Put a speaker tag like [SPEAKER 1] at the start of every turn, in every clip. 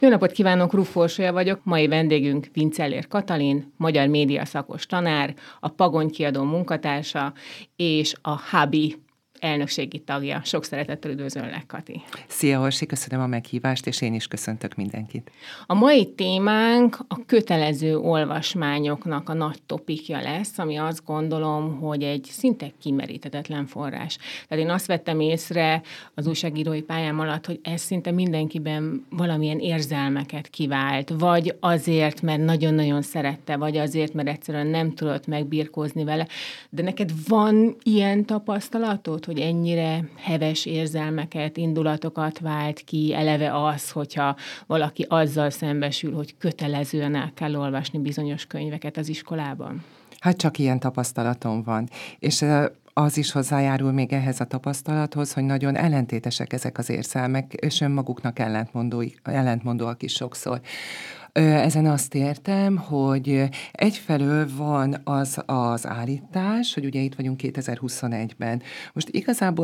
[SPEAKER 1] Jó napot kívánok, Ruf Orsolya vagyok. Mai vendégünk Vincellér Katalin, magyar média szakos tanár, a Pagony kiadó munkatársa és a HABI elnökségi tagja. Sok szeretettel üdvözöllek, Kati.
[SPEAKER 2] Szia, Orsi, köszönöm a meghívást, és én is köszöntök mindenkit.
[SPEAKER 1] A mai témánk a kötelező olvasmányoknak a nagy topikja lesz, ami azt gondolom, hogy egy szinte kimeríthetetlen forrás. Tehát én azt vettem észre az újságírói pályám alatt, hogy ez szinte mindenkiben valamilyen érzelmeket kivált, vagy azért, mert nagyon-nagyon szerette, vagy azért, mert egyszerűen nem tudott megbirkózni vele. De neked van ilyen tapasztalatod, hogy ennyire heves érzelmeket, indulatokat vált ki, eleve az, hogyha valaki azzal szembesül, hogy kötelezően el kell olvasni bizonyos könyveket az iskolában?
[SPEAKER 2] Hát csak ilyen tapasztalatom van. És az is hozzájárul még ehhez a tapasztalathoz, hogy nagyon ellentétesek ezek az érzelmek, és önmaguknak ellentmondóak is sokszor. Ezen azt értem, hogy egyfelől van az állítás, hogy ugye itt vagyunk 2021-ben. Most igazából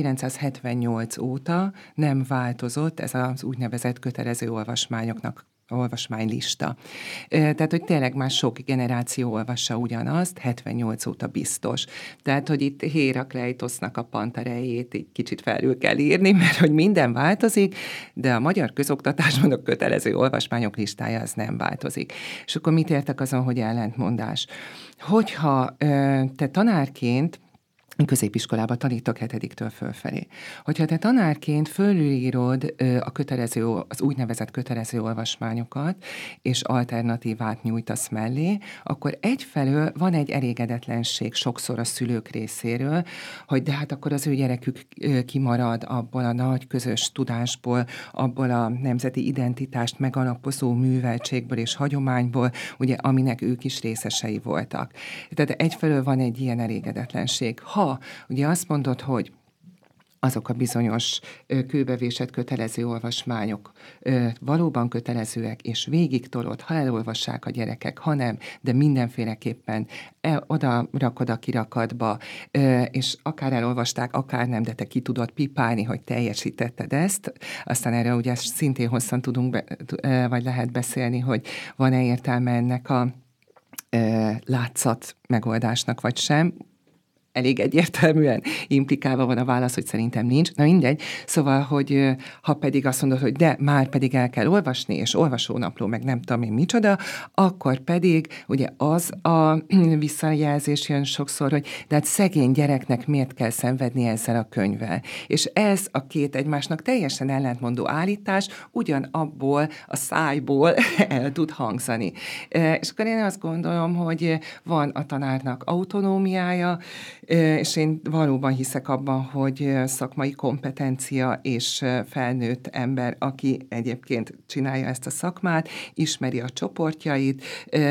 [SPEAKER 2] 1978 óta nem változott ez az úgynevezett kötelező olvasmánylista. Tehát, hogy tényleg már sok generáció olvassa ugyanazt, 78 óta biztos. Tehát, hogy itt Hérakleitosznak a Pantarejét így kicsit felül kell írni, mert hogy minden változik, de a magyar közoktatásban a kötelező olvasmányok listája az nem változik. És akkor mit értek azon, hogy ellentmondás? Hogyha te tanárként középiskolában tanítok 7-től fölfelé. Hogyha te tanárként fölülírod az úgynevezett kötelező olvasmányokat, és alternatívát nyújtasz mellé, akkor egyfelől van egy elégedetlenség sokszor a szülők részéről, hogy de hát akkor az ő gyerekük kimarad abból a nagy közös tudásból, abból a nemzeti identitást megalapozó műveltségből és hagyományból, ugye, aminek ők is részesei voltak. Tehát egyfelől van egy ilyen elégedetlenség. Ha ugye azt mondod, hogy azok a bizonyos kőbevésett kötelező olvasmányok valóban kötelezőek, és végig tolod, ha elolvassák a gyerekek, ha nem, de mindenféleképpen oda rakod a kirakatba, és akár elolvasták, akár nem, de te ki tudod pipálni, hogy teljesítetted ezt. Aztán erre ugye szintén hosszan tudunk, vagy lehet beszélni, hogy van-e értelme ennek a látszat megoldásnak, vagy sem. Elég egyértelműen implikálva van a válasz, hogy szerintem nincs. Na mindegy. Szóval, hogy ha pedig azt mondod, hogy de már pedig el kell olvasni, és olvasónapló, meg nem tudom én micsoda, akkor pedig ugye az a visszajelzés jön sokszor, hogy de hát szegény gyereknek miért kell szenvedni ezzel a könyvvel. És ez a két egymásnak teljesen ellentmondó állítás ugyanabból a szájból el tud hangzani. És akkor én azt gondolom, hogy van a tanárnak autonómiája, és én valóban hiszek abban, hogy szakmai kompetencia és felnőtt ember, aki egyébként csinálja ezt a szakmát, ismeri a csoportjait,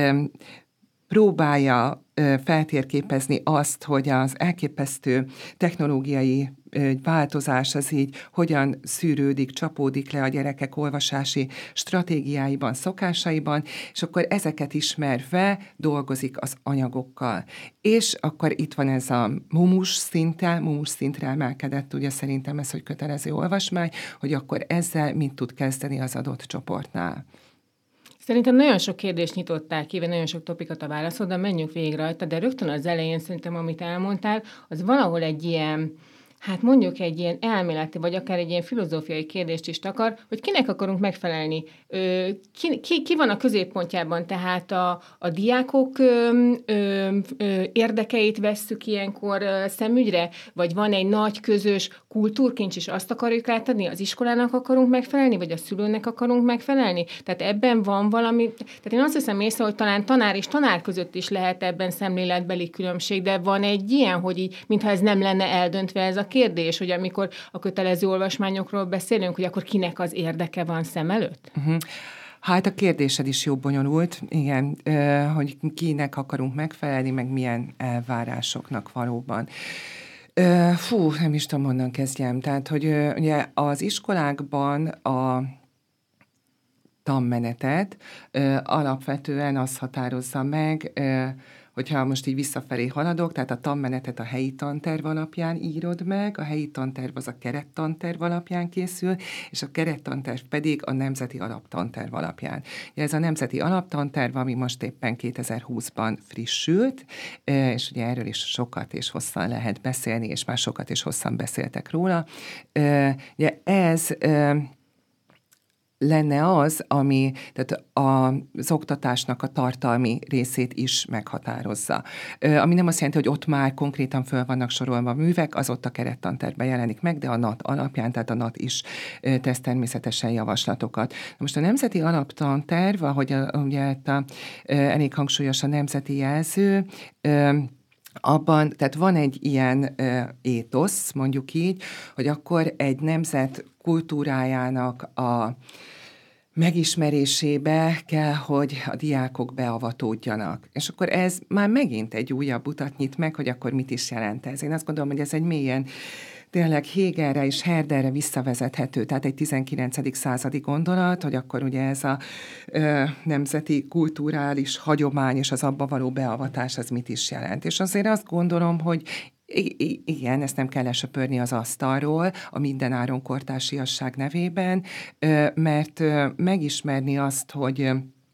[SPEAKER 2] próbálja feltérképezni azt, hogy az elképesztő technológiai változás az így hogyan szűrődik, csapódik le a gyerekek olvasási stratégiáiban, szokásaiban, és akkor ezeket ismerve dolgozik az anyagokkal. És akkor itt van ez a mumus szintre emelkedett, ugye szerintem ez, hogy kötelező olvasmány, hogy akkor ezzel mit tud kezdeni az adott csoportnál.
[SPEAKER 1] Szerintem nagyon sok kérdést nyitottál ki, vagy nagyon sok topikat a válaszod, de menjünk végig rajta, de rögtön az elején szerintem, amit elmondtál, az valahol egy ilyen, hát mondjuk egy ilyen elméleti, vagy akár egy ilyen filozófiai kérdést is takar, hogy kinek akarunk megfelelni. Ki van a középpontjában, tehát a diákok érdekeit vesszük ilyenkor szemügyre, vagy van egy nagy közös kultúrkincs, és azt akarjuk átadni, az iskolának akarunk megfelelni, vagy a szülőnek akarunk megfelelni? Tehát ebben van valami, tehát én azt hiszem észre, hogy talán tanár és tanár között is lehet ebben szemléletbeli különbség, de van egy ilyen, hogy így, mintha ez nem lenne eldöntve ez a kérdés, hogy amikor a kötelező olvasmányokról beszélünk, hogy akkor kinek az érdeke van szem előtt?
[SPEAKER 2] Uh-huh. Hát a kérdésed is jó bonyolult, igen, hogy kinek akarunk megfelelni, meg milyen elvárásoknak valóban. Nem is tudom, honnan kezdjem. Tehát, hogy ugye az iskolákban a tanmenetet alapvetően az határozza meg, hogyha most így visszafelé haladok, tehát a tanmenetet a helyi tanterv alapján írod meg, a helyi tanterv az a kerettanterv alapján készül, és a kerettanterv pedig a nemzeti alaptanterv alapján. Ez a nemzeti alaptanterv, ami most éppen 2020-ban frissült, és ugye erről is sokat és hosszan lehet beszélni, és már sokat és hosszan beszéltek róla. Ugye ez lenne az, ami tehát az oktatásnak a tartalmi részét is meghatározza. Ami nem azt jelenti, hogy ott már konkrétan föl vannak sorolva művek, az ott a kerettantervben jelenik meg, de a NAT alapján, tehát a NAT is tesz természetesen javaslatokat. Most a nemzeti alaptanterv, ahogy ugye elég hangsúlyos a nemzeti jelző, abban, tehát van egy ilyen étosz, mondjuk így, hogy akkor egy nemzet kultúrájának a megismerésébe kell, hogy a diákok beavatódjanak. És akkor ez már megint egy újabb utat nyit meg, hogy akkor mit is jelent ez. Én azt gondolom, hogy ez egy mélyen tényleg Hegelre és Herderre visszavezethető, tehát egy 19. századi gondolat, hogy akkor ugye ez a nemzeti kulturális hagyomány és az abba való beavatás az mit is jelent. És azért azt gondolom, hogy igen, ezt nem kell lesöpörni az asztalról a mindenáron kortársiasság nevében, mert megismerni azt, hogy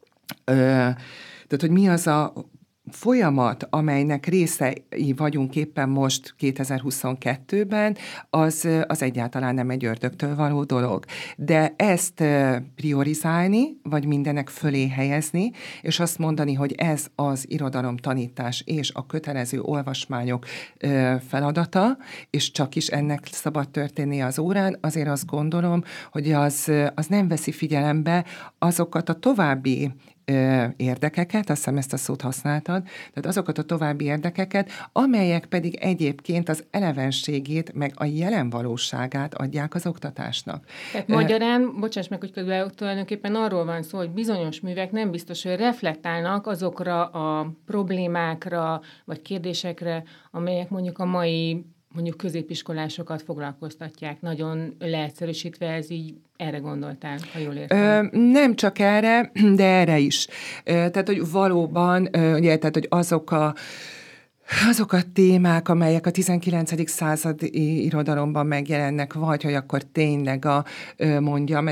[SPEAKER 2] tehát, hogy mi az a folyamat, amelynek részei vagyunk éppen most 2022-ben, az egyáltalán nem egy ördögtől való dolog. De ezt priorizálni, vagy mindenek fölé helyezni, és azt mondani, hogy ez az irodalomtanítás és a kötelező olvasmányok feladata, és csak is ennek szabad történni az órán, azért azt gondolom, hogy az nem veszi figyelembe azokat a további érdekeket, azt hiszem ezt a szót használtad, tehát azokat a további érdekeket, amelyek pedig egyébként az elevenségét, meg a jelen valóságát adják az oktatásnak.
[SPEAKER 1] Tehát magyarán, bocsáss meg, hogy közben tulajdonképpen arról van szó, hogy bizonyos művek nem biztos, hogy reflektálnak azokra a problémákra, vagy kérdésekre, amelyek mondjuk a mai középiskolásokat foglalkoztatják. Nagyon leegyszerűsítve ez így erre gondoltál, ha jól értem.
[SPEAKER 2] Nem csak erre, de erre is. Tehát, hogy valóban, ugye, tehát, hogy azok a témák, amelyek a 19. századi irodalomban megjelennek, vagy hogy akkor tényleg mondjam,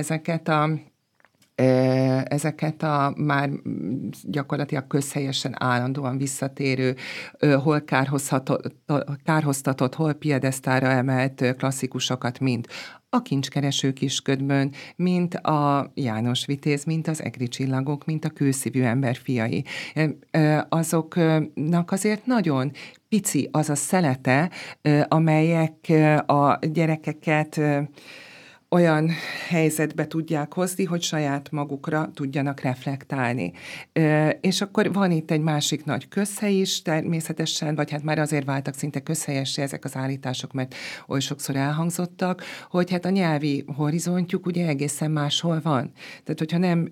[SPEAKER 2] ezeket a már gyakorlatilag közhelyesen állandóan visszatérő, hol kárhoztatott, hol piedesztára emelt klasszikusokat, mint a Kincskereső kisködbön, mint a János Vitéz, mint az Egri csillagok, mint a Kőszívű ember fiai. Azoknak azért nagyon pici az a szelete, amelyek a gyerekeket olyan helyzetbe tudják hozni, hogy saját magukra tudjanak reflektálni. És akkor van itt egy másik nagy közhely is természetesen, vagy hát már azért váltak szinte közhelyessé ezek az állítások, mert oly sokszor elhangzottak, hogy hát a nyelvi horizontjuk ugye egészen máshol van. Tehát, hogyha nem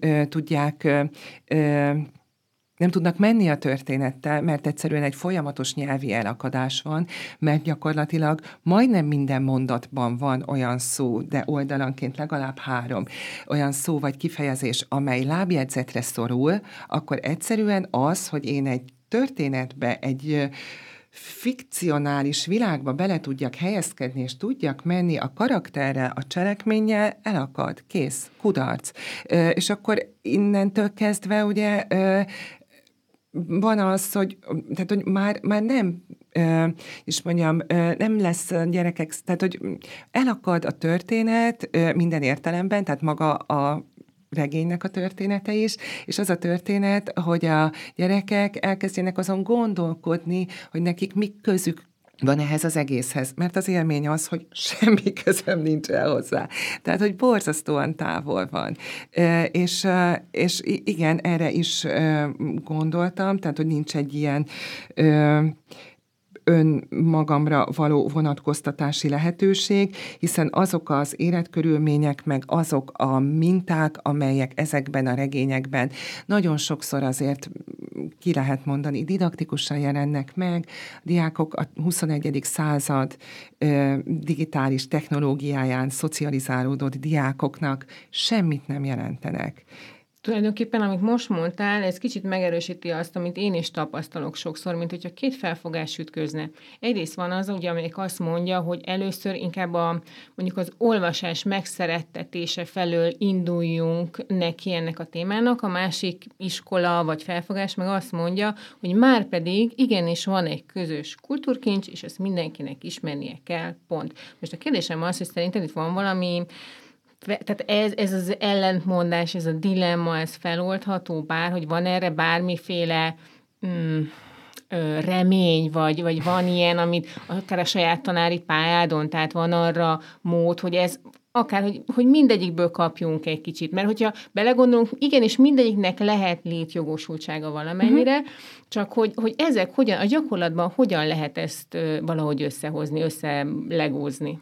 [SPEAKER 2] tudnak menni a történettel, mert egyszerűen egy folyamatos nyelvi elakadás van, mert gyakorlatilag majdnem minden mondatban van olyan szó, de oldalanként legalább 3 olyan szó vagy kifejezés, amely lábjegyzetre szorul, akkor egyszerűen az, hogy én egy történetbe, egy fikcionális világba bele tudjak helyezkedni, és tudjak menni a karakterrel, a cselekménnyel, elakad, kész, kudarc. És akkor innentől kezdve ugye van az, hogy már nem, és mondjam, nem lesz gyerekek, tehát hogy elakad a történet minden értelemben, tehát maga a regénynek a története is, és az a történet, hogy a gyerekek elkezdjenek azon gondolkodni, hogy nekik mi közük van ehhez az egészhez, mert az élmény az, hogy semmi közöm nincs el hozzá. Tehát, hogy borzasztóan távol van. És igen, erre is gondoltam, tehát, hogy nincs egy ilyen önmagamra való vonatkoztatási lehetőség, hiszen azok az életkörülmények, meg azok a minták, amelyek ezekben a regényekben nagyon sokszor azért ki lehet mondani, didaktikusan jelennek meg, diákok a 21. század digitális technológiáján szocializálódott diákoknak semmit nem jelentenek.
[SPEAKER 1] Tulajdonképpen, amit most mondtál, ez kicsit megerősíti azt, amit én is tapasztalok sokszor, mint hogyha két felfogás ütközne. Egyrészt van az, ugye, amelyik azt mondja, hogy először inkább mondjuk az olvasás megszerettetése felől induljunk neki ennek a témának, a másik iskola vagy felfogás meg azt mondja, hogy már pedig igenis van egy közös kultúrkincs, és ezt mindenkinek ismernie kell, pont. Most a kérdésem az, hogy szerinted itt van valami, tehát ez az ellentmondás, ez a dilemma, ez feloldható hogy van erre bármiféle remény, vagy van ilyen, amit akár a saját tanári pályádon, tehát van arra mód, hogy ez akár, hogy mindegyikből kapjunk egy kicsit. Mert hogyha belegondolunk, igenis mindegyiknek lehet létjogosultsága valamennyire, csak hogy ezek hogyan, a gyakorlatban hogyan lehet ezt valahogy összehozni, összelegózni.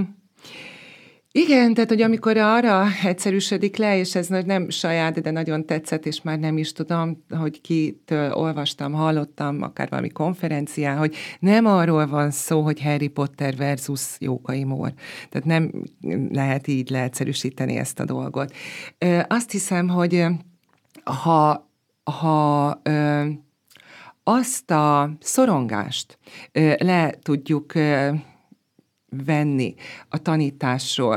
[SPEAKER 2] Igen, tehát, hogy amikor arra egyszerűsödik le, és ez nem saját, de nagyon tetszett, és már nem is tudom, hogy kitől olvastam, hallottam, akár valami konferencián, hogy nem arról van szó, hogy Harry Potter versus Jókai Mór. Tehát nem lehet így leegyszerűsíteni ezt a dolgot. Azt hiszem, hogy ha azt a szorongást le tudjuk venni a tanításról,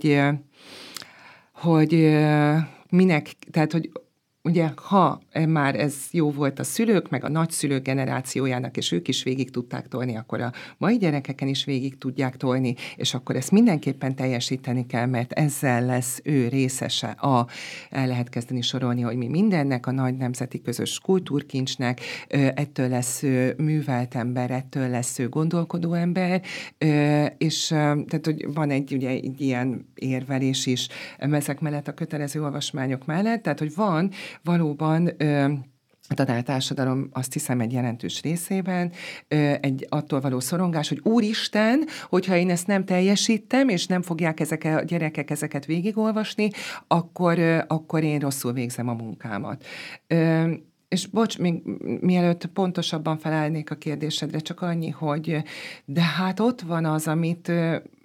[SPEAKER 2] hogy minek, tehát, hogy ugye, ha már ez jó volt a szülők, meg a nagyszülők generációjának, és ők is végig tudták tolni, akkor a mai gyerekeken is végig tudják tolni, és akkor ezt mindenképpen teljesíteni kell, mert ezzel lesz ő részese el lehet kezdeni sorolni, hogy mi mindennek, a nagy nemzeti közös kultúrkincsnek, ettől lesz ő művelt ember, ettől lesz ő gondolkodó ember, és tehát, hogy van ugye egy ilyen érvelés is ezek mellett, a kötelező olvasmányok mellett, tehát, hogy van valóban a tanártársadalom, azt hiszem, egy jelentős részében egy attól való szorongás, hogy úristen, hogyha én ezt nem teljesítem, és nem fogják ezek a gyerekek ezeket végigolvasni, akkor én rosszul végzem a munkámat. És bocs, még mielőtt pontosabban felállnék a kérdésedre, csak annyi, hogy de hát ott van az, amit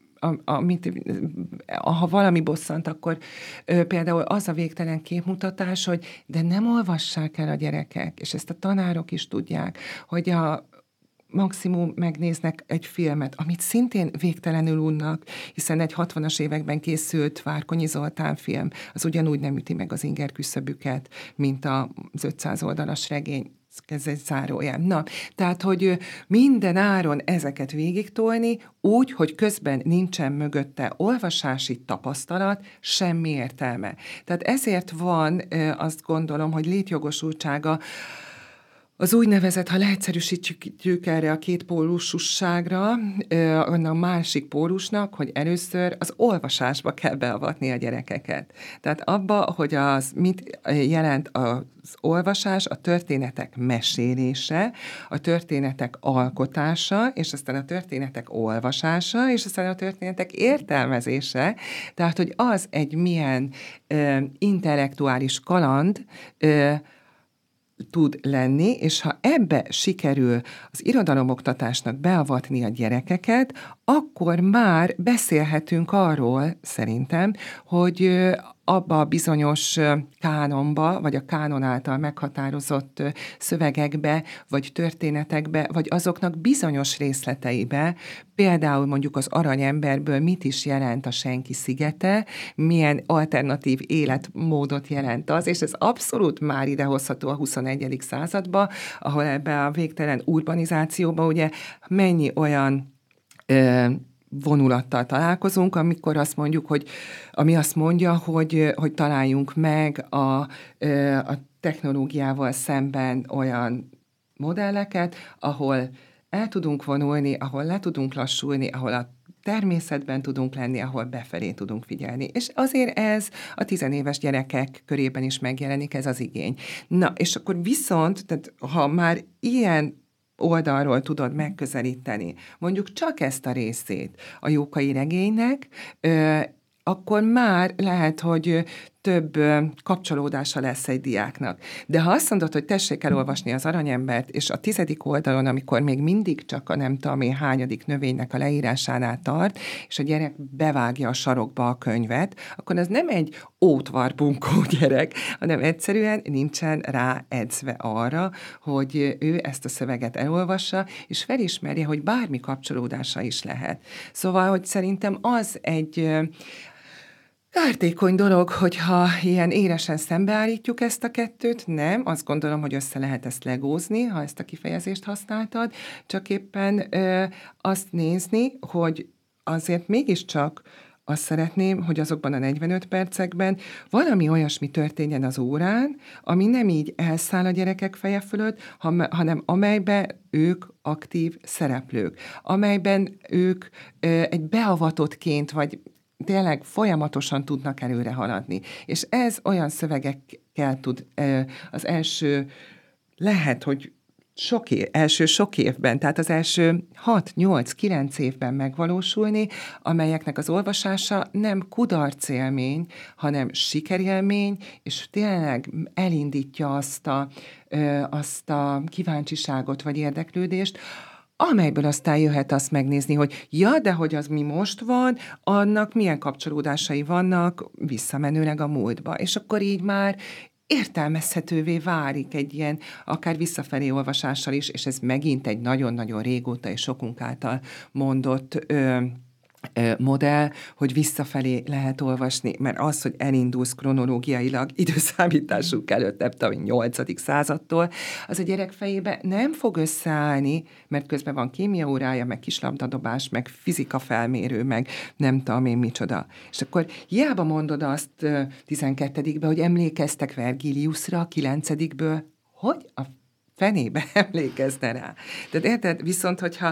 [SPEAKER 2] ha valami bosszant, akkor például az a végtelen képmutatás, hogy de nem olvassák el a gyerekek, és ezt a tanárok is tudják, hogy maximum megnéznek egy filmet, amit szintén végtelenül unnak, hiszen egy 60-as években készült Várkonyi Zoltán film, az ugyanúgy nem üti meg az inger küszöbüket, mint az 500 oldalas regény. Ez egy zárójel. Na, tehát, hogy minden áron ezeket végigtolni, úgy, hogy közben nincsen mögötte olvasási tapasztalat, semmi értelme. Tehát ezért van, azt gondolom, hogy létjogosultsága az úgynevezett, ha leegyszerűsítjük erre a két pólususságra, a másik pólusnak, hogy először az olvasásba kell beavatni a gyerekeket. Tehát abba, hogy az mit jelent az olvasás, a történetek mesélése, a történetek alkotása, és aztán a történetek olvasása, és aztán a történetek értelmezése. Tehát, hogy az egy milyen intellektuális kaland, tud lenni, és ha ebbe sikerül az irodalomoktatásnak beavatni a gyerekeket, akkor már beszélhetünk arról, szerintem, hogy abba a bizonyos kánonba, vagy a kánon által meghatározott szövegekbe, vagy történetekbe, vagy azoknak bizonyos részleteibe, például mondjuk az Aranyemberből mit is jelent a Senki szigete, milyen alternatív életmódot jelent az, és ez abszolút már idehozható a 21. századba, ahol ebbe a végtelen urbanizációba ugye mennyi olyan vonulattal találkozunk, amikor azt mondjuk, ami azt mondja, hogy találjunk meg a technológiával szemben olyan modelleket, ahol el tudunk vonulni, ahol le tudunk lassulni, ahol a természetben tudunk lenni, ahol befelé tudunk figyelni. És azért ez a 10 éves gyerekek körében is megjelenik, ez az igény. Na, és akkor viszont, tehát ha már ilyen oldalról tudod megközelíteni, mondjuk csak ezt a részét a Jókai regénynek, akkor már lehet, hogy több kapcsolódása lesz egy diáknak. De ha azt mondod, hogy tessék elolvasni az Aranyembert, és a 10. oldalon, amikor még mindig csak a nem tudom én hányadik növénynek a leírásánál tart, és a gyerek bevágja a sarokba a könyvet, akkor az nem egy ótvarbunkó gyerek, hanem egyszerűen nincsen rá edzve arra, hogy ő ezt a szöveget elolvassa, és felismerje, hogy bármi kapcsolódása is lehet. Szóval, hogy szerintem az egy kártékony dolog, hogyha ilyen éresen szembeállítjuk ezt a kettőt, nem, azt gondolom, hogy össze lehet ezt legózni, ha ezt a kifejezést használtad, csak éppen azt nézni, hogy azért mégiscsak azt szeretném, hogy azokban a 45 percekben valami olyasmi történjen az órán, ami nem így elszáll a gyerekek feje fölött, hanem amelyben ők aktív szereplők, amelyben ők egy beavatottként, vagy tényleg folyamatosan tudnak előre haladni. És ez olyan szövegekkel tud az első, lehet, hogy első sok évben, tehát az első 6-8-9 évben megvalósulni, amelyeknek az olvasása nem kudarcélmény, hanem sikerélmény, és tényleg elindítja azt a kíváncsiságot vagy érdeklődést, amelyből aztán jöhet azt megnézni, hogy ja, de hogy az mi most van, annak milyen kapcsolódásai vannak visszamenőleg a múltba. És akkor így már értelmezhetővé válik egy ilyen akár visszafelé olvasással is, és ez megint egy nagyon-nagyon régóta és sokunk által mondott modell, hogy visszafelé lehet olvasni, mert az, hogy elindulsz kronológiailag időszámításunk előtt, nem tudom, 8. századtól, az a gyerek fejébe nem fog összeállni, mert közben van kémia órája, meg kislabdadobás, meg fizika felmérő, meg nem tudom én micsoda. És akkor hiába mondod azt 12-be, hogy emlékeztek Vergiliusra 9-ből, hogy a fenébe emlékezne rá. Tehát érted? Viszont, hogyha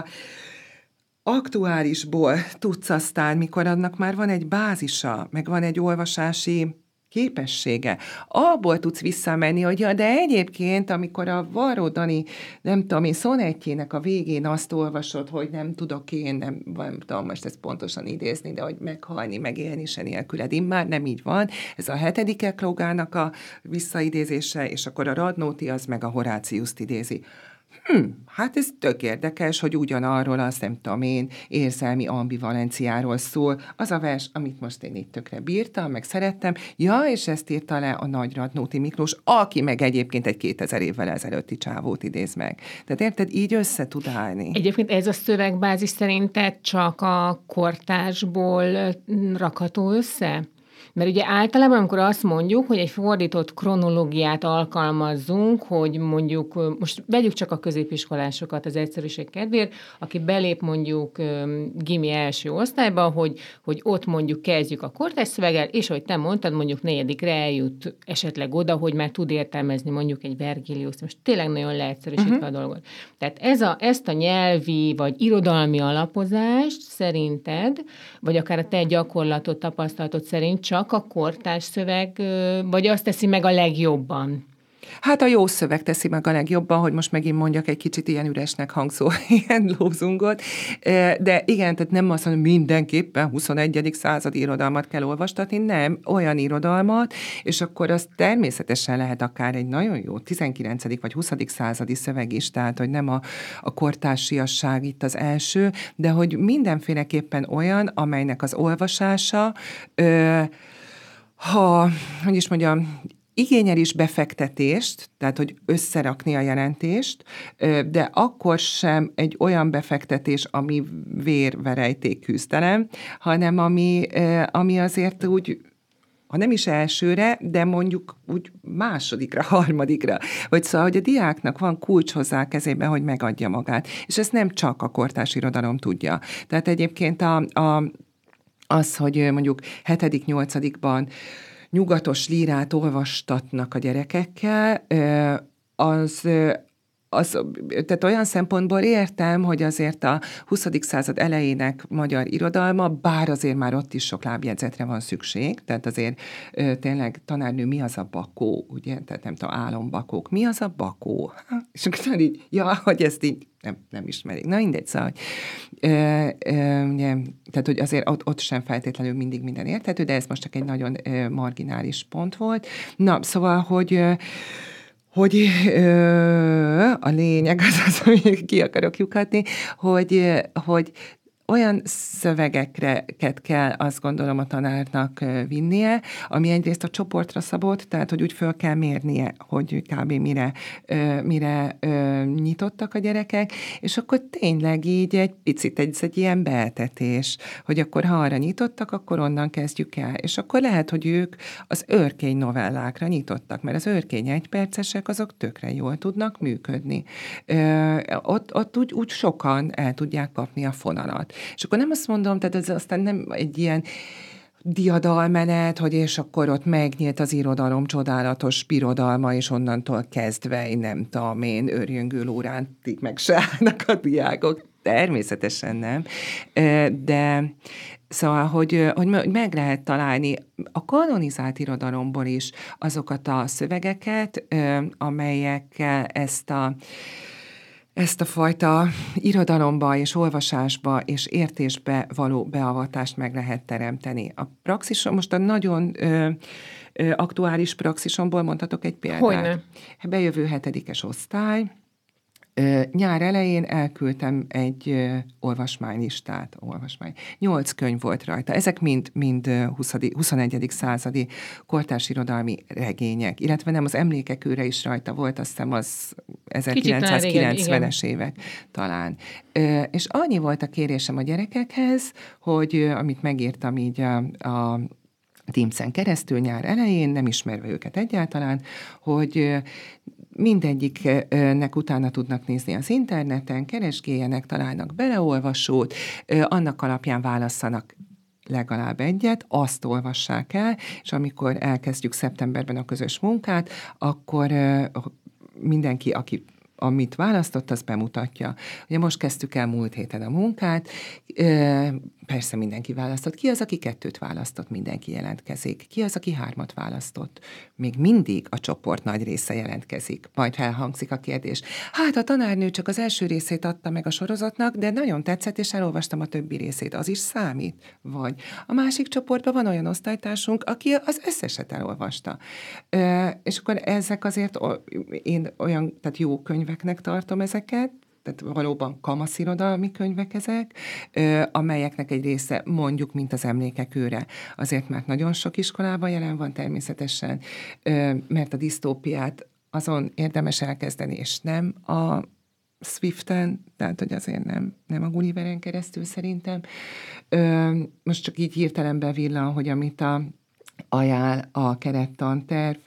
[SPEAKER 2] aktuálisból tudsz aztán, mikor annak már van egy bázisa, meg van egy olvasási képessége, abból tudsz visszamenni, hogy ja, de egyébként, amikor a Varró Dani, nem tudom én, szonettjének a végén azt olvasod, hogy nem tudok én, nem tudom most ezt pontosan idézni, de hogy meghalni, megélni se nélküled. Immár nem így van. Ez a 7. eklógának a visszaidézése, és akkor a Radnóti az meg a Horáciuszt idézi. Hát ez tök érdekes, hogy ugyanarról azt nem tudom én, érzelmi ambivalenciáról szól. Az a vers, amit most én itt tökre bírtam, meg szerettem, ja, és ezt írta le a Nagy Radnóti Miklós, aki meg egyébként egy 2000 évvel ezelőtti csávót idéz meg. Tehát érted, így össze tud állni.
[SPEAKER 1] Egyébként ez a szövegbázis szerinted csak a kortársból rakható össze? Mert ugye általában, amikor azt mondjuk, hogy egy fordított kronológiát alkalmazzunk, hogy mondjuk, most vegyük csak a középiskolásokat az egyszerűség kedvéért, aki belép mondjuk gimi első osztályba, hogy ott mondjuk kezdjük a kortárs szöveggel, és ahogy te mondtad, mondjuk 4-re eljut esetleg oda, hogy már tud értelmezni mondjuk egy Vergilius. Most tényleg nagyon leegyszerűsítve a dolgot. Tehát ezt a nyelvi vagy irodalmi alapozást szerinted, vagy akár a te gyakorlatot, tapasztalatod szerint csak a kortárs szöveg, vagy azt teszi meg a legjobban?
[SPEAKER 2] Hát a jó szöveg teszi meg a legjobban, hogy most megint mondjak egy kicsit ilyen üresnek hangzó ilyen lózungot, de igen, tehát nem azt mondom, mindenképpen 21. századi irodalmat kell olvastatni, nem, olyan irodalmat, és akkor az természetesen lehet akár egy nagyon jó 19. vagy 20. századi szöveg is, tehát hogy nem a kortársiasság itt az első, de hogy mindenféleképpen olyan, amelynek az olvasása, hogy is mondjam, igényel is befektetést, tehát hogy összerakni a jelentést, de akkor sem egy olyan befektetés, ami vérverejték küzdelem, hanem ami azért úgy, ha nem is elsőre, de mondjuk úgy másodikra, harmadikra, vagy szóval, hogy a diáknak van kulcs hozzá a kezében, hogy megadja magát. És ezt nem csak a kortárs irodalom tudja. Tehát egyébként az, hogy mondjuk 7.-8. nyugatos lírát olvastatnak a gyerekekkel, az tehát olyan szempontból értem, hogy azért a 20. század elejének magyar irodalma, bár azért már ott is sok lábjegyzetre van szükség, tehát azért tényleg tanárnő, mi az a bakó, ugye, tehát nem tudom, álombakók, mi az a bakó? És akkor így, hogy ezt így nem ismerik. Na mindegy, szóval, ugye, tehát, hogy azért ott sem feltétlenül mindig minden érthető, de ez most csak egy nagyon marginális pont volt. Na, szóval, hogy a lényeg az, amit ki akarok lyukadni, hogy olyan szövegeket kell, azt gondolom, a tanárnak vinnie, ami egyrészt a csoportra szabott, tehát, hogy úgy föl kell mérnie, hogy kb. mire nyitottak a gyerekek, és akkor tényleg így egy picit egy ilyen beeltetés, hogy akkor ha arra nyitottak, akkor onnan kezdjük el. És akkor lehet, hogy ők az őrkény novellákra nyitottak, mert az őrkény egypercesek azok tökre jól tudnak működni. Ott úgy sokan el tudják kapni a fonalat. És akkor nem azt mondom, tehát ez aztán nem egy ilyen diadalmenet, hogy és akkor ott megnyílt az irodalom csodálatos birodalma, és onnantól kezdve, én nem tudom én, őrjöngő órántig meg se állnak a diákok. Természetesen nem. De szóval, hogy meg lehet találni a kanonizált irodalomból is azokat a szövegeket, amelyekkel ezt a fajta irodalomba és olvasásba és értésbe való beavatást meg lehet teremteni. A praxison, most a nagyon aktuális praxisomból mondhatok egy példát.
[SPEAKER 1] Hogyne.
[SPEAKER 2] Bejövő 7-es osztály. Nyár elején elküldtem egy olvasmánylistát. 8 könyv volt rajta. Ezek mind 21. századi kortárs irodalmi regények, illetve nem, az emlékek őre is rajta volt, azt hiszem az 1990-es évek talán. És annyi volt a kérésem a gyerekekhez, hogy amit megírtam így a Teams-en keresztül nyár elején, nem ismerve őket egyáltalán, hogy mindegyiknek utána tudnak nézni az interneten, keresgéljenek, találnak beleolvasót, annak alapján válasszanak legalább egyet, azt olvassák el, és amikor elkezdjük szeptemberben a közös munkát, akkor mindenki, amit választott, az bemutatja. Ugye most kezdtük el múlt héten a munkát, persze mindenki választott. Ki az, aki 2 választott? Mindenki jelentkezik. Ki az, aki 3 választott? Még mindig a csoport nagy része jelentkezik. Majd elhangzik a kérdés. Hát a tanárnő csak az első részét adta meg a sorozatnak, de nagyon tetszett, és elolvastam a többi részét. Az is számít? Vagy a másik csoportban van olyan osztálytársunk, aki az összeset elolvasta. És akkor ezek azért én olyan, tehát jó könyveknek tartom ezeket, tehát valóban kamaszirodalmi könyvek ezek, amelyeknek egy része mondjuk, mint az emlékek őre. Azért, mert nagyon sok iskolában jelen van természetesen, mert a disztópiát azon érdemes elkezdeni, és nem a Swiften, tehát, hogy azért nem a Gulliveren keresztül szerintem. Most csak így hirtelenben villan, hogy amit ajánl a kerettanterv,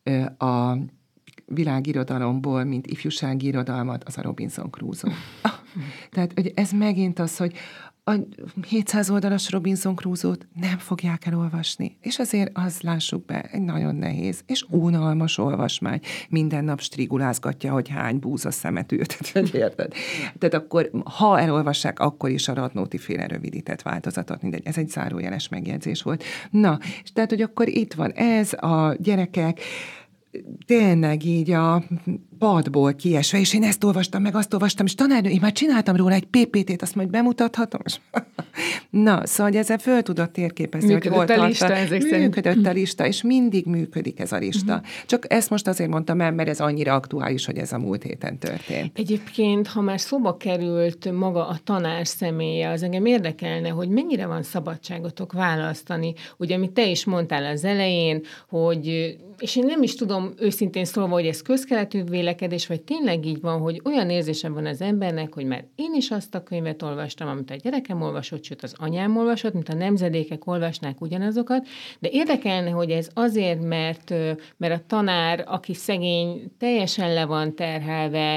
[SPEAKER 2] a világirodalomból, mint ifjúsági irodalmat, az a Robinson Crusoe. Tehát hogy ez megint az, hogy a 700 oldalas Robinson Crusoe-t nem fogják elolvasni. És azért az, lássuk be, egy nagyon nehéz és unalmas olvasmány. Minden nap strigulázgatja, hogy hány búza szemet ültet, érted? Tehát akkor, ha elolvassák, akkor is a Radnóti féle rövidített változatot, mindegy. Ez egy zárójeles megjegyzés volt. Na, és tehát, hogy akkor itt van ez, a gyerekek tényleg így a padból kiesve, és én ezt olvastam, meg azt olvastam, és tanárnő, én már csináltam róla egy PPT-t, azt majd bemutathatom. Na, szóval ezzel föl tudott térképezni, hogy hol működött a lista, és mindig működik ez a lista. Csak ezt most azért mondtam el, mert ez annyira aktuális, hogy ez a múlt héten történt.
[SPEAKER 1] Egyébként, ha már szóba került maga a tanár személye, az engem érdekelne, hogy mennyire van szabadságotok választani. Ugye, amit te is mondtál az elején, hogy, és én nem is tudom őszintén szólva, hogy ez közkeletű vélekedés, vagy tényleg így van, hogy olyan érzése van az embernek, hogy már én is azt a könyvet olvastam, amit a gyerekem olvasott, sőt az anyám olvasott, mint a nemzedékek olvasnák ugyanazokat, de érdekelne, hogy ez azért, mert a tanár, aki szegény, teljesen le van terhelve,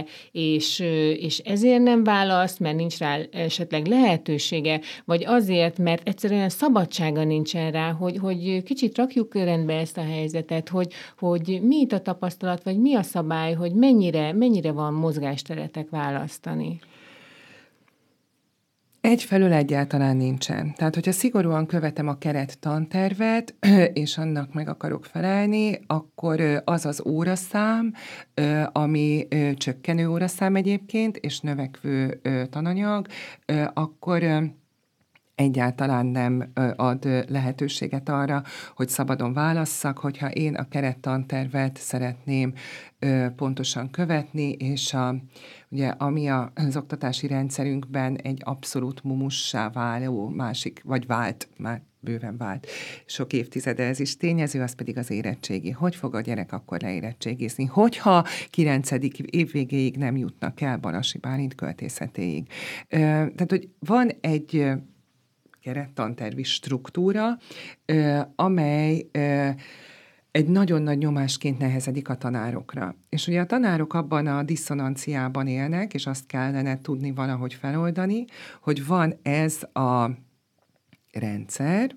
[SPEAKER 1] és ezért nem választ, mert nincs rá esetleg lehetősége, vagy azért, mert egyszerűen szabadsága nincsen rá, hogy kicsit rakjuk rendbe ezt a helyzetet, hogy mi itt a tapasztalat, vagy mi a szabály, hogy mennyire van mozgásteretek választani?
[SPEAKER 2] Egyfelől egyáltalán nincsen. Tehát, hogyha szigorúan követem a keret tantervet, és annak meg akarok felelni, akkor az az óraszám, ami csökkenő óraszám egyébként, és növekvő tananyag, akkor egyáltalán nem ad lehetőséget arra, hogy szabadon válasszak, hogyha én a kerettantervet szeretném pontosan követni, és ugye, ami az oktatási rendszerünkben egy abszolút mumussá váló másik, vagy vált, már bőven vált, sok évtizede ez is tényező, az pedig az érettségi. Hogy fog a gyerek akkor leérettségizni? Hogyha 9. év végéig nem jutnak el Balasi Bálint költészetéig. Tehát, hogy van egy kerettantervi struktúra, amely egy nagyon nagy nyomásként nehezedik a tanárokra. És ugye a tanárok abban a diszonanciában élnek, és azt kellene tudni valahogy feloldani, hogy van ez a rendszer,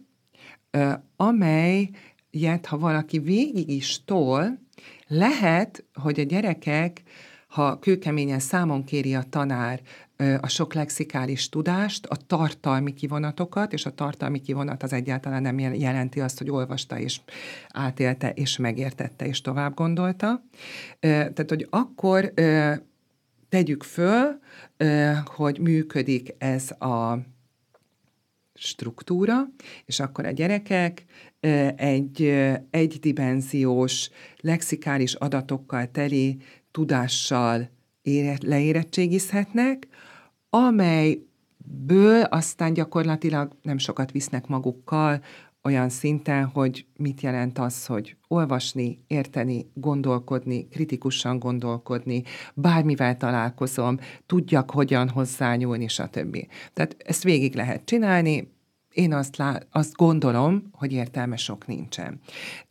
[SPEAKER 2] amelyet, ha valaki végig is tol, lehet, hogy a gyerekek, ha kőkeményen számon kéri a tanár a sok lexikális tudást, a tartalmi kivonatokat, és a tartalmi kivonat az egyáltalán nem jelenti azt, hogy olvasta, és átélte, és megértette, és tovább gondolta. Tehát, hogy akkor tegyük föl, hogy működik ez a struktúra, és akkor a gyerekek egy egydimenziós, lexikális adatokkal teli tudással leérettségizhetnek, amelyből aztán gyakorlatilag nem sokat visznek magukkal olyan szinten, hogy mit jelent az, hogy olvasni, érteni, gondolkodni, kritikusan gondolkodni, bármivel találkozom, tudjak hogyan hozzányúlni, stb. Tehát ezt végig lehet csinálni, én azt gondolom, hogy értelme sok nincsen.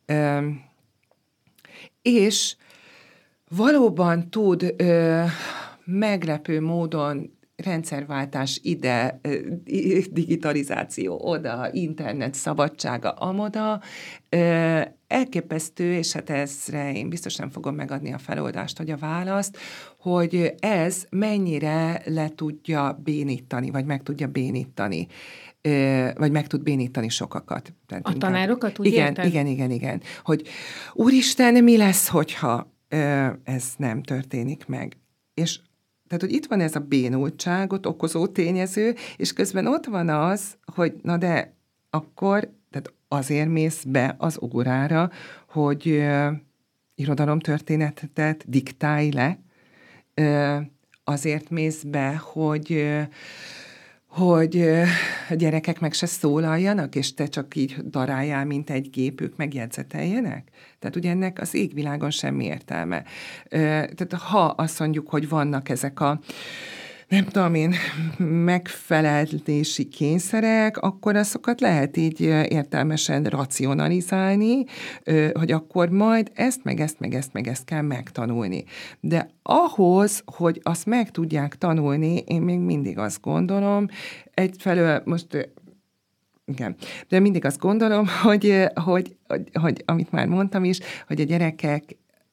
[SPEAKER 2] És valóban tud meglepő módon rendszerváltás ide, digitalizáció oda, internet szabadsága amoda, elképesztő, és hát ezre én biztos nem fogom megadni a feloldást, hogy a választ, hogy ez mennyire le tudja bénítani, vagy meg tudja bénítani, vagy meg tud bénítani sokakat.
[SPEAKER 1] A tanárokat, úgy
[SPEAKER 2] érted? Igen. Hogy úristen, mi lesz, hogyha ez nem történik meg? És tehát, hogy itt van ez a bénultságot okozó tényező, és közben ott van az, hogy na de akkor, tehát azért mész be az órára, hogy irodalomtörténetet diktálj le, azért mész be, hogy a gyerekek meg se szólaljanak, és te csak így daráljál, mint egy gép, ők megjegyzeteljenek? Tehát ugye ennek az égvilágon semmi értelme. Tehát ha azt mondjuk, hogy vannak ezek a nem tudom én, megfelelési kényszerek, akkor azokat lehet így értelmesen racionalizálni, hogy akkor majd ezt kell megtanulni. De ahhoz, hogy azt meg tudják tanulni, én még mindig azt gondolom, egyfelől most igen. De mindig azt gondolom, hogy amit már mondtam is, hogy a gyerekek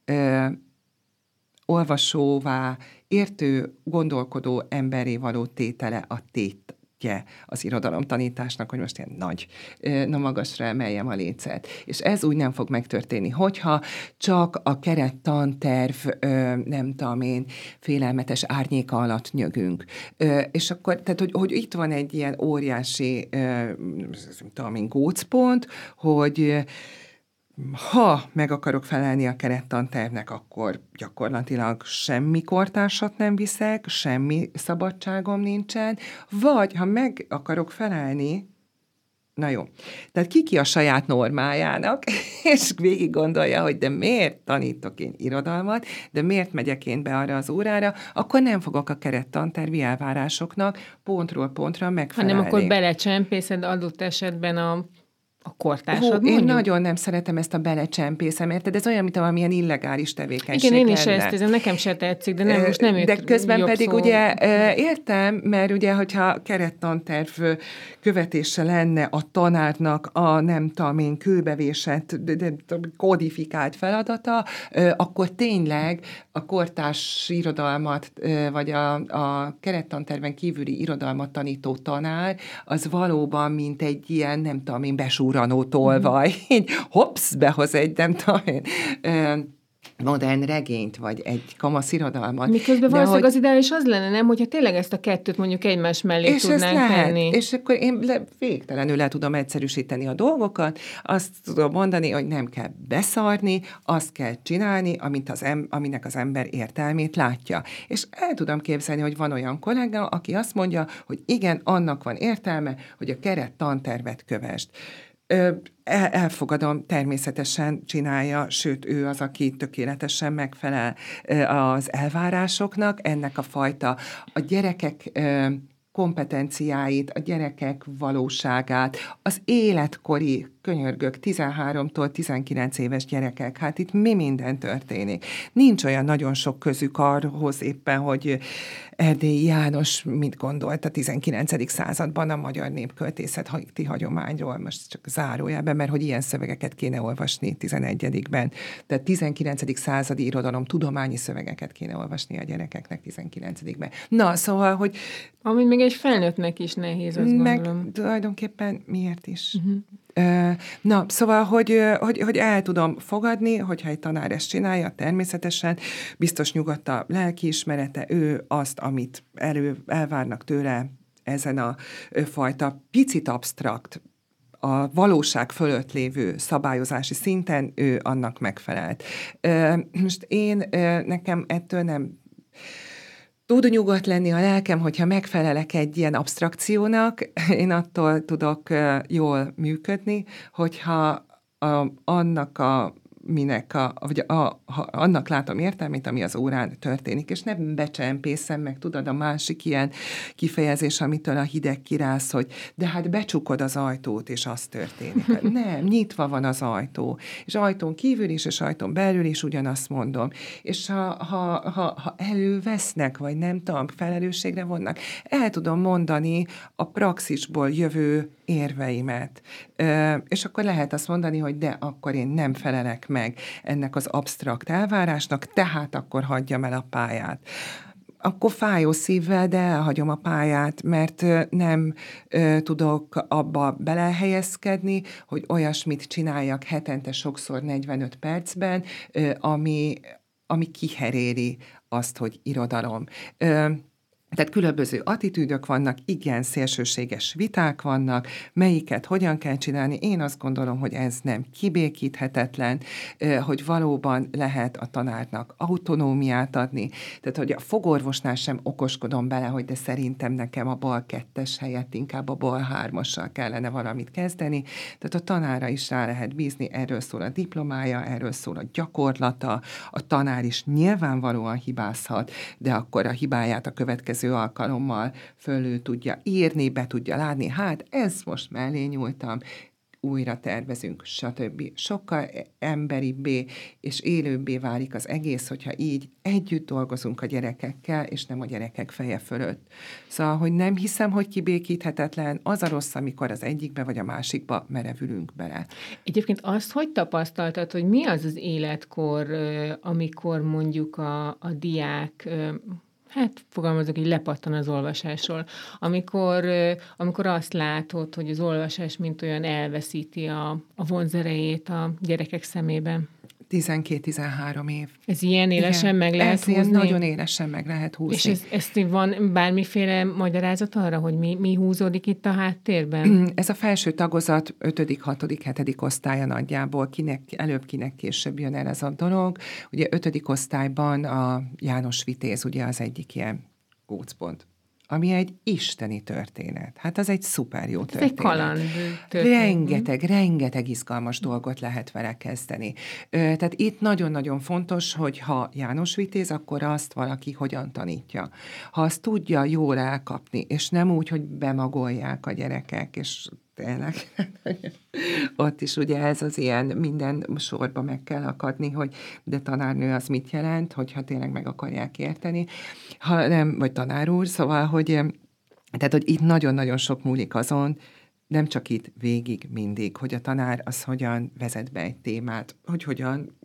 [SPEAKER 2] olvasóvá, értő, gondolkodó emberré való tétele a tétje az irodalomtanításnak, hogy most ilyen magasra emeljem a lécet. És ez úgy nem fog megtörténni, hogyha csak a kerettanterv, nem tudom én, félelmetes árnyéka alatt nyögünk. És akkor, tehát, hogy itt van egy ilyen óriási, nem tudom én, gócpont, hogy ha meg akarok felelni a kerettantervnek, akkor gyakorlatilag semmi kortársat nem viszek, semmi szabadságom nincsen, vagy ha meg akarok felelni, na jó, tehát ki a saját normájának, és végig gondolja, hogy de miért tanítok én irodalmat, de miért megyek én be arra az órára, akkor nem fogok a kerettantervi elvárásoknak pontról pontra megfelelni.
[SPEAKER 1] Hanem akkor belecsempészed adott esetben a kortársad,
[SPEAKER 2] én
[SPEAKER 1] mondjuk?
[SPEAKER 2] nagyon nem szeretem ezt a belecsempészem, érted? Ez olyan, mint valamilyen illegális tevékenység.
[SPEAKER 1] Igen, én is
[SPEAKER 2] lenne.
[SPEAKER 1] ezt érzem, nekem se tetszik, de nem, most nem
[SPEAKER 2] De közben
[SPEAKER 1] jobb
[SPEAKER 2] pedig
[SPEAKER 1] szó.
[SPEAKER 2] ugye értem, mert ugye, hogyha kerettanterv követése lenne a tanárnak a nem tudom én kőbevésett, kodifikált feladata, akkor tényleg a kortárs irodalmat, vagy a kerettanterven kívüli irodalmat tanító tanár, az valóban, mint egy ilyen, nem tudom én, besúranó tolvaj, így hopsz, behoz egy, nem tudom én, modern regényt, vagy egy kamasz irodalmat.
[SPEAKER 1] Miközben valószínűleg az ideális az lenne, nem, hogyha tényleg ezt a kettőt mondjuk egymás mellé
[SPEAKER 2] és
[SPEAKER 1] tudnánk tenni.
[SPEAKER 2] És akkor én végtelenül le tudom egyszerűsíteni a dolgokat, azt tudom mondani, hogy nem kell beszarni, azt kell csinálni, aminek az ember értelmét látja. És el tudom képzelni, hogy van olyan kollega, aki azt mondja, hogy igen, annak van értelme, hogy a keret tantervet kövesd. Elfogadom, természetesen csinálja, sőt, ő az, aki tökéletesen megfelel az elvárásoknak, ennek a fajta a gyerekek kompetenciáit, a gyerekek valóságát, az életkori, könyörgök, 13-tól 19 éves gyerekek, hát itt mi minden történik. Nincs olyan nagyon sok közük ahhoz éppen, hogy Erdélyi János mit gondolt a 19. században a magyar népköltészeti hagyományról, most csak zárójelben, mert hogy ilyen szövegeket kéne olvasni 11-ben. Tehát 19. századi irodalom, tudományi szövegeket kéne olvasni a gyerekeknek 19-ben. Na, szóval, hogy...
[SPEAKER 1] Ami még egy felnőttnek is nehéz, azt gondolom.
[SPEAKER 2] Meg tulajdonképpen miért is? Na, szóval, hogy el tudom fogadni, hogyha egy tanár ezt csinálja, természetesen, biztos nyugodt a lelkiismerete, ő azt, amit elvárnak tőle ezen a fajta picit absztrakt, a valóság fölött lévő szabályozási szinten ő annak megfelelt. Most nekem ettől nem tud nyugodt lenni a lelkem, hogyha megfelelek egy ilyen absztrakciónak, én attól tudok jól működni, hogyha annak annak látom értelmét, ami az órán történik, és nem becsempészem meg, tudod, a másik ilyen kifejezés, amitől a hideg kirász, hogy de hát becsukod az ajtót, és az történik. Nem, nyitva van az ajtó, és ajtón kívül is, és ajtón belül is ugyanazt mondom. És ha elővesznek, vagy nem tudom, felelősségre vonnak, el tudom mondani a praxisból jövő érveimet. És akkor lehet azt mondani, hogy de akkor én nem felelek meg ennek az absztrakt elvárásnak, tehát akkor hagyjam el a pályát. Akkor fájó szívvel, de elhagyom a pályát, mert nem tudok abba belehelyezkedni, hogy olyasmit csináljak hetente sokszor 45 percben, ami kiheréli azt, hogy irodalom. Tehát különböző attitűdök vannak, igen, szélsőséges viták vannak, melyiket hogyan kell csinálni. Én azt gondolom, hogy ez nem kibékíthetetlen, hogy valóban lehet a tanárnak autonómiát adni. Tehát, hogy a fogorvosnál sem okoskodom bele, hogy de szerintem nekem a bal 2-es helyett inkább a bal 3-assal kellene valamit kezdeni. Tehát a tanára is rá lehet bízni, erről szól a diplomája, erről szól a gyakorlata, a tanár is nyilvánvalóan hibázhat, de akkor a hibáját a következő alkalommal fölül tudja írni, be tudja látni, hát ez most mellé nyúltam, újra tervezünk, stb. Sokkal emberibbé és élőbbé válik az egész, hogyha így együtt dolgozunk a gyerekekkel, és nem a gyerekek feje fölött. Szóval, hogy nem hiszem, hogy kibékíthetetlen, az a rossz, amikor az egyikbe vagy a másikba merevülünk bele.
[SPEAKER 1] Egyébként azt, hogy tapasztaltad, hogy mi az az életkor, amikor mondjuk a diák fogalmazok, így lepattan az olvasásról. Amikor azt látod, hogy az olvasás mint olyan elveszíti a vonzerejét a gyerekek szemében.
[SPEAKER 2] 12-13 év.
[SPEAKER 1] Ez ilyen élesen meg lehet húzni?
[SPEAKER 2] Ez nagyon élesen meg lehet húzni.
[SPEAKER 1] És ezt van bármiféle magyarázat arra, hogy mi húzódik itt a háttérben?
[SPEAKER 2] Ez a felső tagozat 5., 6., 7. osztálya nagyjából, kinek előbb, kinek később jön el ez a dolog. Ugye 5. osztályban a János Vitéz ugye az egyik ilyen gócpont, ami egy isteni történet. Hát az egy szuper jó történet.
[SPEAKER 1] Ez egy kaland történet.
[SPEAKER 2] Rengeteg izgalmas dolgot lehet vele kezdeni. Tehát itt nagyon-nagyon fontos, hogy ha János Vitéz, akkor azt valaki hogyan tanítja. Ha azt tudja jól elkapni, és nem úgy, hogy bemagolják a gyerekek, és tényleg. Ott is ugye ez az ilyen minden sorba meg kell akadni, hogy de tanárnő az mit jelent, hogyha tényleg meg akarják érteni, ha nem, vagy tanár úr, szóval, hogy tehát, hogy itt nagyon-nagyon sok múlik azon, nem csak itt végig mindig, hogy a tanár az hogyan vezet be egy témát, hogy hogyan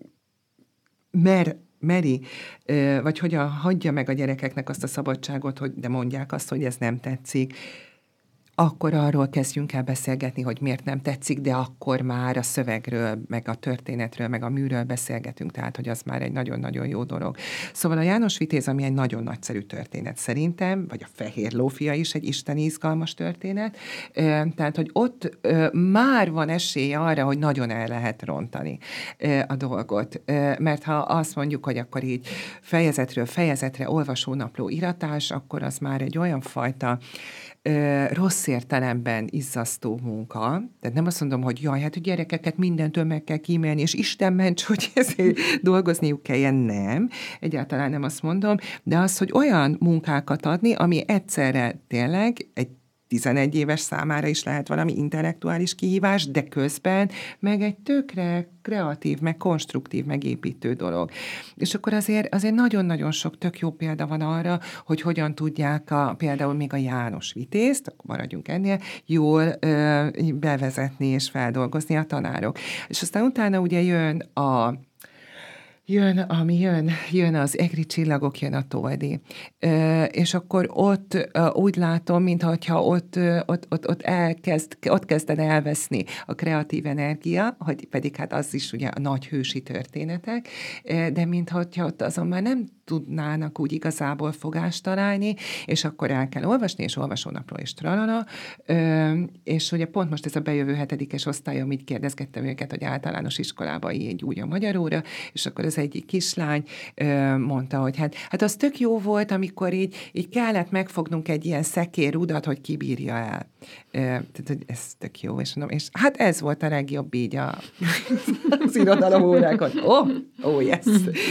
[SPEAKER 2] meri, vagy hogyan hagyja meg a gyerekeknek azt a szabadságot, hogy de mondják azt, hogy ez nem tetszik, akkor arról kezdjünk el beszélgetni, hogy miért nem tetszik, de akkor már a szövegről, meg a történetről, meg a műről beszélgetünk, tehát, hogy az már egy nagyon-nagyon jó dolog. Szóval a János Vitéz, ami egy nagyon nagyszerű történet szerintem, vagy a Fehér lófia is egy isteni izgalmas történet, tehát, hogy ott már van esély arra, hogy nagyon el lehet rontani a dolgot. Mert ha azt mondjuk, hogy akkor így fejezetről fejezetre olvasónapló iratás, akkor az már egy olyan fajta rossz értelemben izzasztó munka. Tehát nem azt mondom, hogy jaj, hát a gyerekeket mindentől meg kell kímélni, és Isten ments, hogy ezért dolgozniuk kelljen. Nem, egyáltalán nem azt mondom, de az, hogy olyan munkákat adni, ami egyszerre tényleg egy 11 éves számára is lehet valami intellektuális kihívás, de közben meg egy tökre kreatív, meg konstruktív, meg építő dolog. És akkor azért nagyon-nagyon sok tök jó példa van arra, hogy hogyan tudják például még a János Vitézt, akkor maradjunk ennél, jól bevezetni és feldolgozni a tanárok. És aztán utána ugye jön az Egri csillagok, jön a Toldi. És akkor ott úgy látom, mintha ott kezdene elveszni a kreatív energia, hogy pedig hát az is ugye a nagy hősi történetek, de mintha ott azon már nem tudnának úgy igazából fogást találni, és akkor el kell olvasni, és olvasónapról, és tralala, és ugye pont most ez a bejövő 7-es osztályom, így kérdezgettem őket, hogy általános iskolába így úgy a magyar óra, és akkor az egyik kislány mondta, hogy hát az tök jó volt, amikor így kellett megfognunk egy ilyen szekérudat, hogy kibírja el. Tehát, hogy ez tök jó, és mondom, és hát ez volt a legjobb így az irodalom órákon. Yes!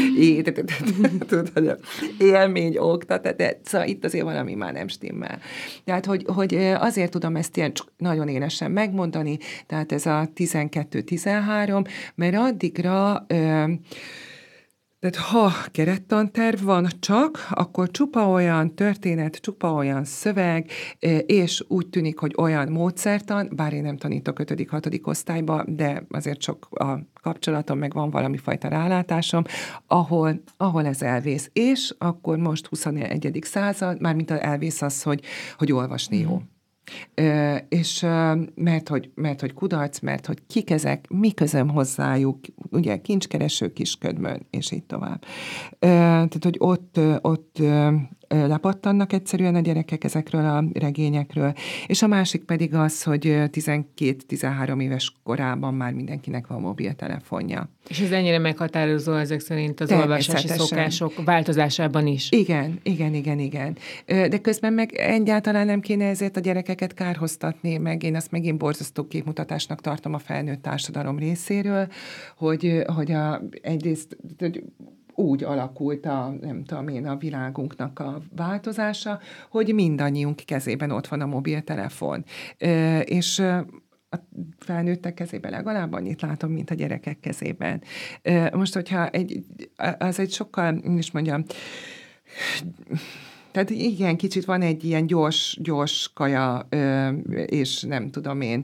[SPEAKER 2] Élmény oktat, de szóval itt azért valami már nem stimmel. Tehát, hogy azért tudom ezt ilyen nagyon élesen megmondani, tehát ez a 12-13, mert addigra tehát ha kerettanterv van csak, akkor csupa olyan történet, csupa olyan szöveg, és úgy tűnik, hogy olyan módszertan, bár én nem tanítok 5.-6. osztályba, de azért sok a kapcsolatom, meg van valami fajta rálátásom, ahol ez elvész. És akkor most 21. század, mármint elvész az, hogy olvasni jó. És mert hogy kudarc, mert hogy kik ezek, mi közöm hozzájuk, ugye kincskereső kisködmön, és így tovább. Tehát, hogy ott lepattannak egyszerűen a gyerekek ezekről a regényekről, és a másik pedig az, hogy 12-13 éves korában már mindenkinek van mobiltelefonja.
[SPEAKER 1] És ez ennyire meghatározó ezek szerint az olvasási szokások változásában is.
[SPEAKER 2] Igen. De közben meg egyáltalán nem kéne ezért a gyerekeket kárhoztatni, meg én azt megint borzasztó képmutatásnak tartom a felnőtt társadalom részéről, hogy egyrészt úgy alakult a világunknak a változása, hogy mindannyiunk kezében ott van a mobiltelefon. És a felnőttek kezében legalább annyit látom, mint a gyerekek kezében. Most, hogyha az egy sokkal, is mondjam, tehát igen, kicsit van egy ilyen gyors kaja, és nem tudom én,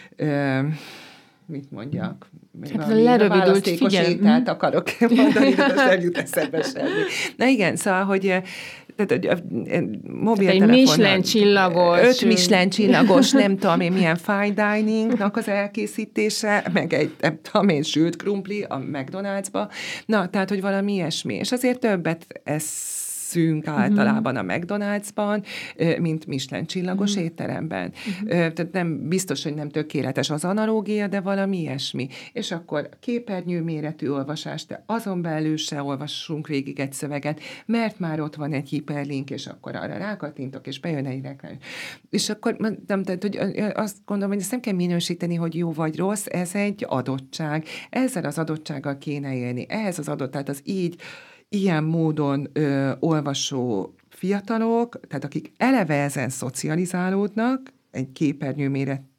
[SPEAKER 2] mit mondjak?
[SPEAKER 1] Hát a lerövidült figyelem.
[SPEAKER 2] Ételt akarok mondani, de ez nem jut eszembe semmi. Na igen, szóval, hogy mobiltelefon.
[SPEAKER 1] Egy Michelin csillagos.
[SPEAKER 2] 5 Michelin csillagos, nem tudom én milyen fine diningnak az elkészítése, meg egy, nem tudom én, sült krumpli a McDonald'sba. Na, tehát, hogy valami ilyesmi. És azért többet eszünk általában a McDonald'sban, mint Michelin csillagos étteremben. Tehát nem biztos, hogy nem tökéletes az analógia, de valami ilyesmi. És akkor képernyő méretű olvasás, de azon belül se olvassunk végig egy szöveget, mert már ott van egy hiperlink, és akkor arra rákattintok, és bejön egy reklám. És akkor nem, tehát, hogy azt gondolom, hogy ezt nem kell minősíteni, hogy jó vagy rossz, ez egy adottság. Ezzel az adottsággal kéne élni. Ehhez az adott, tehát az ilyen módon olvasó fiatalok, tehát akik eleve ezen szocializálódnak, egy képernyőméretű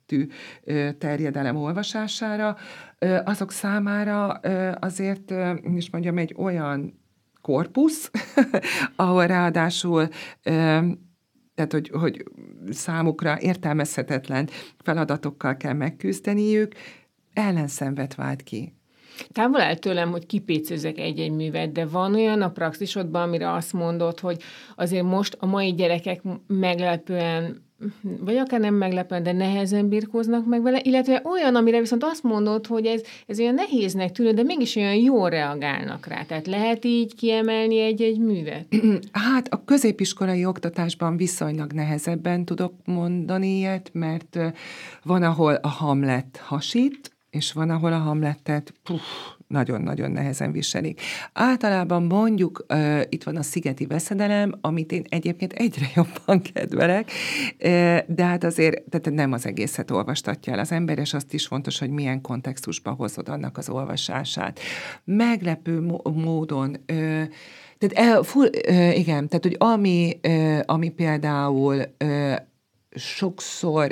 [SPEAKER 2] szintű terjedelem olvasására, azok számára azért, is mondjam, egy olyan korpusz, ahol ráadásul tehát, hogy számukra értelmezhetetlen feladatokkal kell megküzdeniük, ellenszenvet vált ki.
[SPEAKER 1] Távol áll tőlem, hogy kipécézzek egy-egy művet, de van olyan a praxisodban, amire azt mondod, hogy azért most a mai gyerekek meglepően, vagy akár nem meglepően, de nehezen birkóznak meg vele, illetve olyan, amire viszont azt mondod, hogy ez olyan nehéznek tűnő, de mégis olyan jól reagálnak rá. Tehát lehet így kiemelni egy-egy művet?
[SPEAKER 2] Hát a középiskolai oktatásban viszonylag nehezebben tudok mondani ilyet, mert van, ahol a Hamlet hasít, és van, ahol a Hamletet nagyon-nagyon nehezen viselik. Általában mondjuk itt van a Szigeti Veszedelem, amit én egyébként egyre jobban kedvelek, de hát azért tehát nem az egészet olvastatja el az ember, és azt is fontos, hogy milyen kontextusba hozod annak az olvasását. Meglepő módon tehát igen, tehát hogy ami például sokszor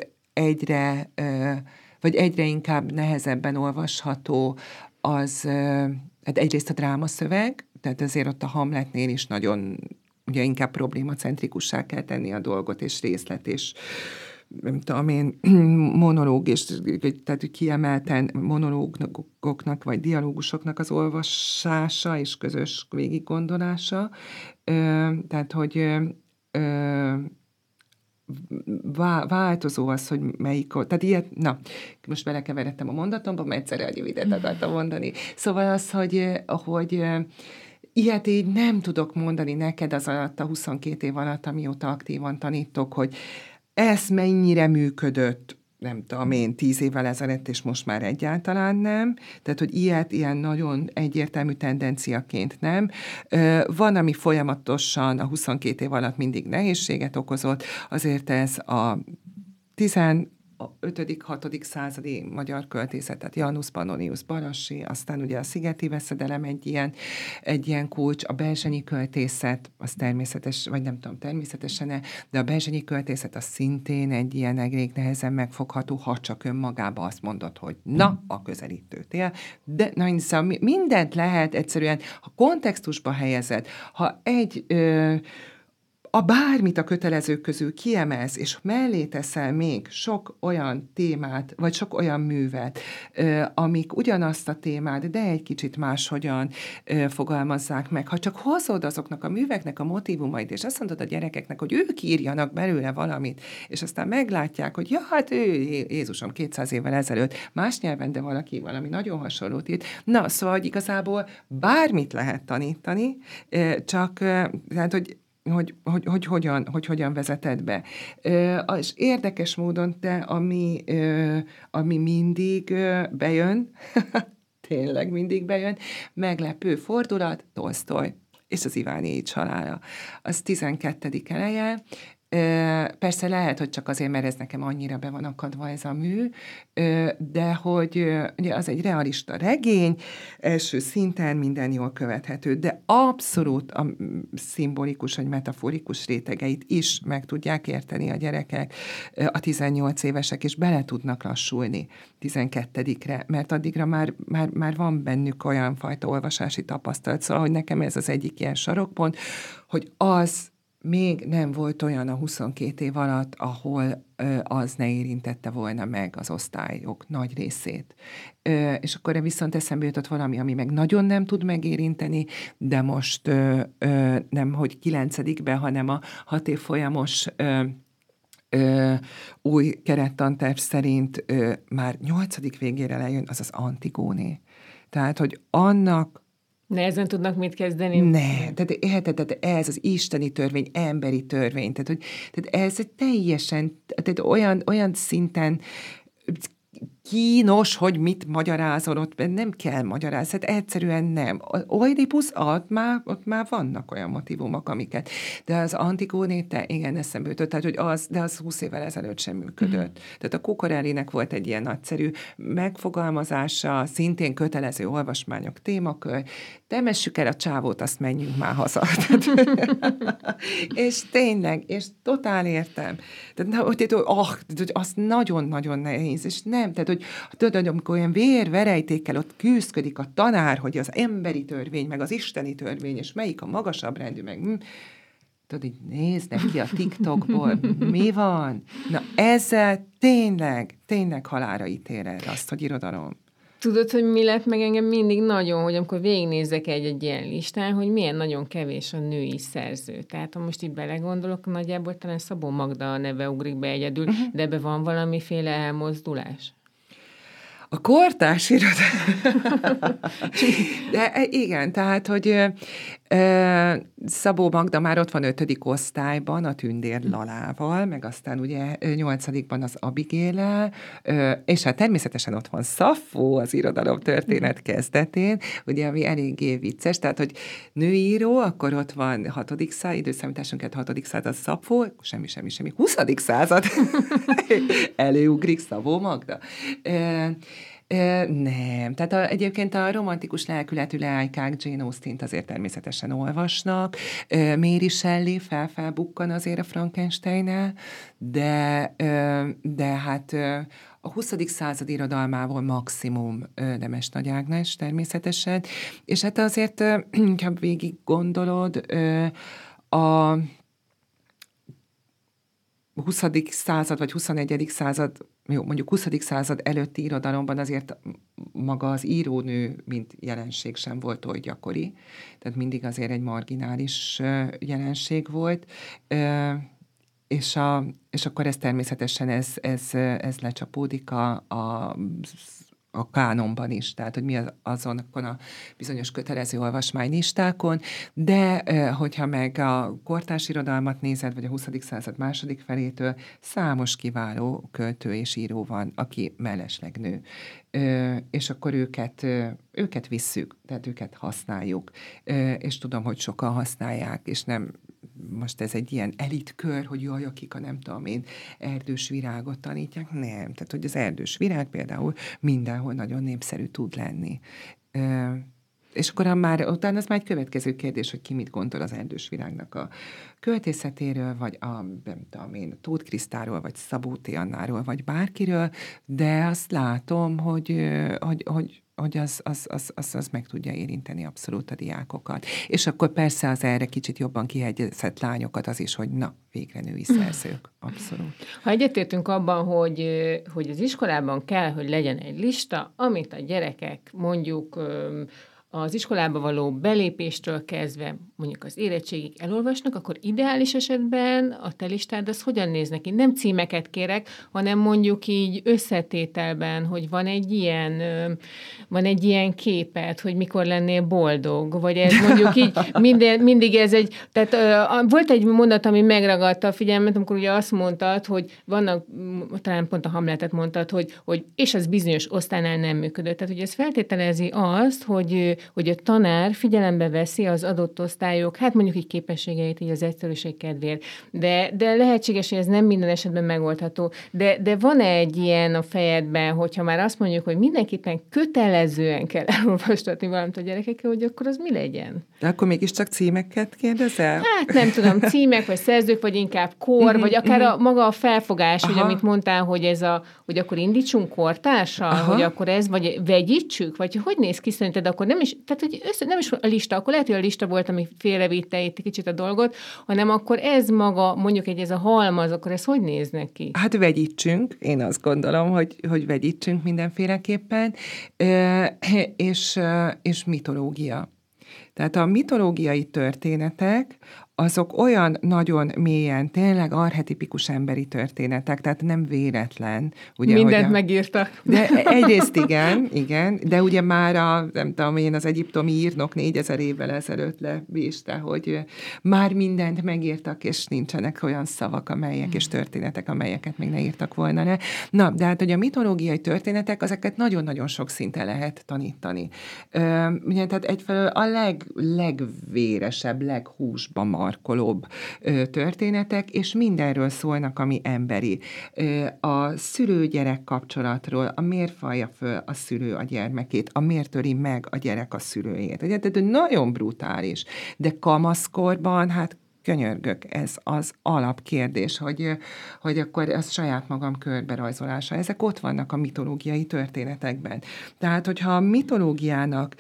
[SPEAKER 2] egyre inkább nehezebben olvasható, az hát egyrészt a drámaszöveg, tehát ezért ott a Hamletnél is nagyon ugye inkább problémacentrikussá kell tenni a dolgot, és részlet, és nem tudom én, monológ, és tehát kiemelten monológoknak, vagy dialógusoknak az olvasása, és közös végiggondolása. Tehát, hogy változó az, hogy melyik, tehát ilyet, na, most belekeveredtem a mondatomba, mert egyszerre annyi videót akartam mondani. Szóval az, hogy ilyet így nem tudok mondani neked az alatt a 22 év alatt, amióta aktívan tanítok, hogy ez mennyire működött, nem tudom én, 10 évvel ezelőtt, és most már egyáltalán nem. Tehát, hogy ilyen nagyon egyértelmű tendenciaként nem. Van, ami folyamatosan a 22 év alatt mindig nehézséget okozott, azért ez a 5.-6. századi magyar költészet, tehát Janus Pannonius Barassi, aztán ugye a Szigeti Veszedelem egy ilyen kulcs, a belzsenyi költészet, az természetes, vagy nem tudom, természetesen-e, de a belzsenyi költészet az szintén egy ilyen elég nehezen megfogható, ha csak önmagába azt mondod, hogy na, a közelítő tél, de na, szóval mindent lehet egyszerűen, ha kontextusba helyezed, ha a bármit a kötelezők közül kiemelsz, és mellé teszel még sok olyan témát, vagy sok olyan művet, amik ugyanazt a témát, de egy kicsit máshogyan fogalmazzák meg. Ha csak hozod azoknak a műveknek a motívumait, és azt mondod a gyerekeknek, hogy ők írjanak belőle valamit, és aztán meglátják, hogy ja, hát Jézusom, 200 évvel ezelőtt más nyelven, de valami nagyon hasonlót írt. Na, szóval hogy igazából bármit lehet tanítani, csak tehát, hogy hogyan vezeted be. És érdekes módon te, ami mindig bejön, tényleg mindig bejön, meglepő fordulat, Tolsztoj és az Iván Ilyics halála. Az 12. eleje, persze lehet, hogy csak azért, mert ez nekem annyira be van akadva ez a mű, de hogy ugye az egy realista regény, első szinten minden jól követhető, de abszolút a szimbolikus vagy metaforikus rétegeit is meg tudják érteni a gyerekek, a 18 évesek, és bele tudnak lassulni 12-re, mert addigra már van bennük olyan fajta olvasási tapasztalat, szóval, hogy nekem ez az egyik ilyen sarokpont, hogy az még nem volt olyan a 22 év alatt, ahol az ne érintette volna meg az osztályok nagy részét. És akkor viszont eszembe jutott valami, ami meg nagyon nem tud megérinteni, de most nem, hogy 9-be, hanem a 6 évfolyamos új kerettanterv szerint már 8. végére lejön, az az Antigóné. Tehát, hogy annak
[SPEAKER 1] nehezen tudnak mit kezdeni?
[SPEAKER 2] Ne, tehát ez az isteni törvény, emberi törvény, tehát ez teljesen, tehát olyan szinten kínos, hogy mit magyarázol ott, nem kell magyarázni, hát egyszerűen nem. Oedipus, ott már vannak olyan motivumok, amiket. De az Antigóné, igen, eszembe jutott, tehát, hogy de az 20 évvel ezelőtt sem működött. Tehát a Cucurellinek volt egy ilyen nagyszerű megfogalmazása, szintén kötelező olvasmányok témakör, temessük el a csávót, azt menjünk már haza. És tényleg, és totál értem. Tehát, hogy azt nagyon-nagyon nehéz, és nem, tehát, hogy tudod, amikor olyan vérverejtékkel ott küzdködik a tanár, hogy az emberi törvény, meg az isteni törvény, és melyik a magasabb rendű, meg tudod, így néznek ki a TikTokból, mi van? Na ezzel tényleg halálra ítéled azt, hogy irodalom.
[SPEAKER 1] Tudod, hogy mi lett meg engem mindig nagyon, hogy amikor végignézek egy ilyen listán, hogy milyen nagyon kevés a női szerző. Tehát ha most így belegondolok, nagyjából talán Szabó Magda neve ugrik be egyedül, de ebbe van valamiféle elmozdulás?
[SPEAKER 2] A kortárs irodalom. De igen, tehát, hogy Szabó Magda már ott van 5. osztályban a Tündér Lalával, meg aztán ugye 8. az Abigéllel, és hát természetesen ott van Szaffó az irodalom történet kezdetén, ugye, ami eléggé vicces, tehát, hogy nőíró, akkor ott van 6. század, időszámításunkat 6. század Szaffó, semmi, 20. század előugrik Szabó Magda. Nem. Tehát egyébként a romantikus lelkületű leánykák Jane Austen-t azért természetesen olvasnak. Mary Shelley felbukkan azért a Frankensteinnel, de hát a 20. század irodalmából maximum Nemes Nagy Ágnes természetesen. És hát azért, ha végig gondolod, a 20. század vagy 21. század, jó, mondjuk 20. század előtti irodalomban azért maga az írónő, mint jelenség sem volt oly gyakori. Tehát mindig azért egy marginális jelenség volt. És akkor ez természetesen ez lecsapódik a kánonban is, tehát, hogy mi azonokon a bizonyos kötelező olvasmánylistákon, de hogyha meg a kortárs irodalmat nézed, vagy a 20. század második felétől, számos kiváló költő és író van, aki mellesleg nő. És akkor őket visszük, tehát őket használjuk. És tudom, hogy sokan használják, és nem most ez egy ilyen elitkör, hogy jaj, akik a nem tudom én erdős virágot tanítják. Nem, tehát hogy az erdős virág például mindenhol nagyon népszerű tud lenni. És akkor utána az már egy következő kérdés, hogy ki mit gondol az erdős virágnak a költészetéről, vagy nem tudom én, Tóth Krisztáról, vagy Szabó T. Annáról, vagy bárkiről, de azt látom, hogy az meg tudja érinteni abszolút a diákokat. És akkor persze az erre kicsit jobban kihegyezett lányokat az is, hogy na, végre női szerzők. Abszolút.
[SPEAKER 1] Ha egyetértünk abban, hogy az iskolában kell, hogy legyen egy lista, amit a gyerekek mondjuk az iskolába való belépéstől kezdve mondjuk az érettségig elolvasnak, akkor ideális esetben a te listád az hogyan néz neki? Nem címeket kérek, hanem mondjuk így összetételben, hogy van egy ilyen képet, hogy mikor lennél boldog, vagy ez mondjuk így mindig ez egy, tehát volt egy mondat, ami megragadta a figyelmet, amikor ugye azt mondtad, hogy vannak, talán pont a Hamletet mondtad, hogy és az bizonyos osztálynál nem működött. Tehát, hogy ez feltételezi azt, hogy a tanár figyelembe veszi az adott osztályok, hát mondjuk így képességeit, így az egyszerűség kedvéért. De lehetséges, hogy ez nem minden esetben megoldható. De van-e egy ilyen a fejedben, hogyha már azt mondjuk, hogy mindenképpen kötelezően kell elolvastatni valamit a gyerekekkel, hogy akkor az mi legyen?
[SPEAKER 2] De akkor mégiscsak címeket kérdezel?
[SPEAKER 1] Hát nem tudom, címek, vagy szerzők, vagy inkább kor, vagy akár maga a felfogás, hogy amit mondtál, hogy akkor indítsunk kortársal, hogy akkor ez, vagy vegyítsük, vagy hogy néz ki szerinted, akkor nem is, tehát hogy nem is a lista, akkor lehet, hogy a lista volt, ami félrevitte itt kicsit a dolgot, hanem akkor ez maga, mondjuk ez a halmaz, akkor ez hogy néz neki?
[SPEAKER 2] Hát vegyítsünk, én azt gondolom, hogy vegyítsünk mindenféleképpen, és mitológia. Tehát a mitológiai történetek, azok olyan nagyon mélyen, tényleg archetipikus emberi történetek, tehát nem véletlen.
[SPEAKER 1] Ugye, mindent megírtak.
[SPEAKER 2] De egyrészt igen, de ugye már nem tudom én, az egyiptomi írnok 4000 évvel ezelőtt lebízte, hogy már mindent megírtak, és nincsenek olyan szavak, amelyek és történetek, amelyeket még ne írtak volna le. Na, de hát, hogy a mitológiai történetek, ezeket nagyon-nagyon sok szinten lehet tanítani. Ugye, tehát egyfelől a legvéresebb, leghúsba markolóbb történetek, és mindenről szólnak, ami emberi. A szülő-gyerek kapcsolatról, a miért falja föl a szülő a gyermekét, a miért töri meg a gyerek a szülőjét. Ugye, tehát nagyon brutális, de kamaszkorban, hát könyörgök, ez az alapkérdés, hogy akkor az saját magam körberajzolása. Ezek ott vannak a mitológiai történetekben. Tehát, hogyha a mitológiának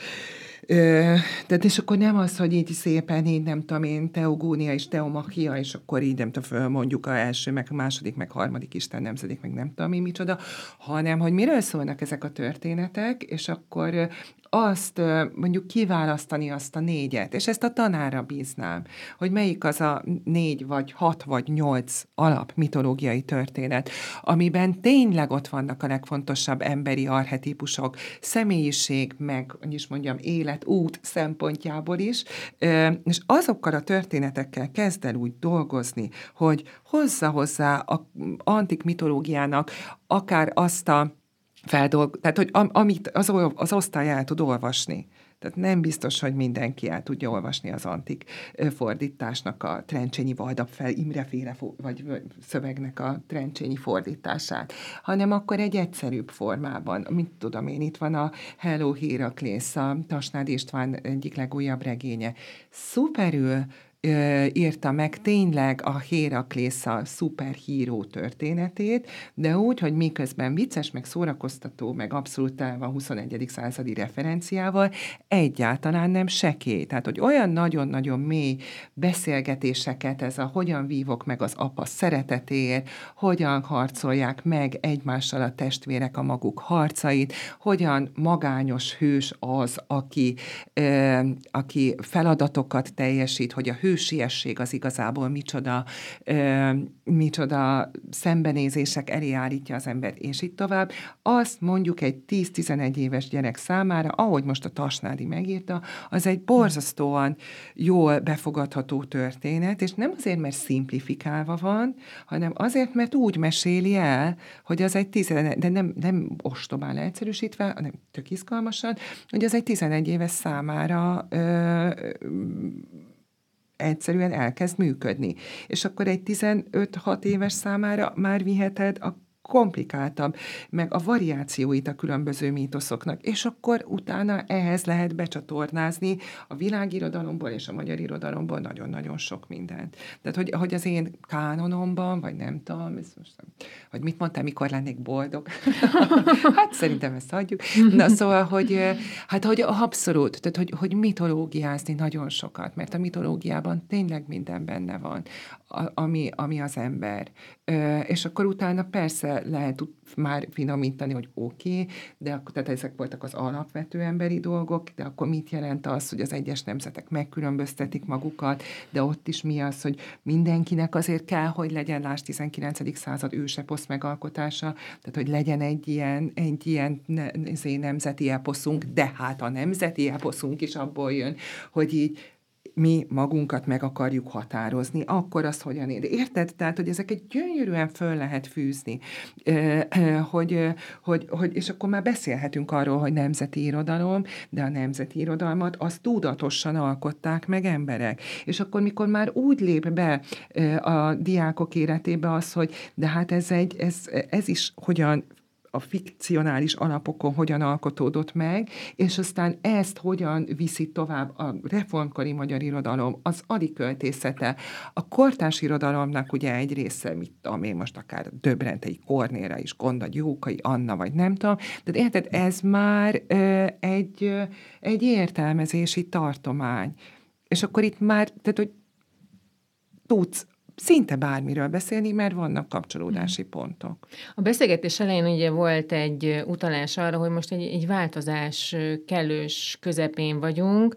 [SPEAKER 2] tehát és akkor nem az, hogy így szépen, így nem tudom én, teogónia és teomachia, és akkor így nem tudom, fölmondjuk a első, meg a második, meg harmadik Isten nemzedék, meg nem tudom én micsoda, hanem, hogy miről szólnak ezek a történetek, és akkor azt mondjuk kiválasztani azt a 4, és ezt a tanára bíznám, hogy melyik az a 4 vagy 6 vagy 8 alap mitológiai történet, amiben tényleg ott vannak a legfontosabb emberi archetípusok, személyiség, meg, hogy is mondjam, életút szempontjából is, és azokkal a történetekkel kezd el úgy dolgozni, hogy hozza hozzá az antik mitológiának akár azt a tehát, hogy amit az osztály el tud olvasni. Tehát nem biztos, hogy mindenki el tudja olvasni az antik fordításnak a Trencsényi Valdap-fel Imreféle vagy szövegnek a trencsényi fordítását, hanem akkor egy egyszerűbb formában. Mint tudom én, itt van a Hello Héraklész, a Tasnád István egyik legújabb regénye. Szuperül írta meg tényleg a Héraklész a szuperhíró történetét, de úgy, hogy miközben vicces, meg szórakoztató, meg abszolút tele van 21. századi referenciával, egyáltalán nem sekély. Tehát, hogy olyan nagyon-nagyon mély beszélgetéseket, ez a hogyan vívok meg az apa szeretetéért, hogyan harcolják meg egymással a testvérek a maguk harcait, hogyan magányos hős az, aki feladatokat teljesít, hogy a hősiesség az igazából micsoda szembenézések elé állítja az ember, és így tovább. Azt mondjuk egy 10-11 éves gyerek számára, ahogy most a Tasnádi megírta, az egy borzasztóan jól befogadható történet, és nem azért, mert szimplifikálva van, hanem azért, mert úgy meséli el, hogy az egy 11, de nem ostobán leegyszerűsítve, hanem tök izgalmasan, hogy az egy 11 éves számára egyszerűen elkezd működni. És akkor egy 15-6 éves számára már viheted a komplikáltabb, meg a variációit a különböző mítoszoknak, és akkor utána ehhez lehet becsatornázni a világirodalomból és a magyar irodalomból nagyon-nagyon sok mindent. Tehát, hogy az én kánonomban, vagy nem tudom, hogy mit mondtam, mikor lennék boldog? Hát szerintem ezt hagyjuk. Na szóval, hogy abszolút, tehát, hogy mitológiázni nagyon sokat, mert a mitológiában tényleg minden benne van, ami az ember. És akkor utána persze lehet már finomítani, hogy oké, de tehát ezek voltak az alapvető emberi dolgok, de akkor mit jelent az, hogy az egyes nemzetek megkülönböztetik magukat, de ott is mi az, hogy mindenkinek azért kell, hogy legyen, lásd 19. század őseposz megalkotása, tehát hogy legyen egy ilyen nemzeti eposzunk, de hát a nemzeti eposzunk is abból jön, hogy így mi magunkat meg akarjuk határozni, akkor azt hogyan ér. Érted? Tehát, hogy ezeket gyönyörűen föl lehet fűzni, és akkor már beszélhetünk arról, hogy nemzeti irodalom, de a nemzeti irodalmat azt tudatosan alkották meg emberek. És akkor, mikor már úgy lép be a diákok életébe az, hogy de hát ez is hogyan a fikcionális alapokon hogyan alkotódott meg, és aztán ezt hogyan viszi tovább a reformkori magyar irodalom, az aliköltészete, a kortárs irodalomnak ugye egy része, ami most akár Döbrentei Kornéra is gondol, Jókai Anna, vagy nem tudom, de érted, ez már egy értelmezési tartomány. És akkor itt már, tehát, hogy tudsz szinte bármiről beszélni, mert vannak kapcsolódási pontok.
[SPEAKER 1] A beszélgetés elején ugye volt egy utalás arra, hogy most egy változás kellős közepén vagyunk.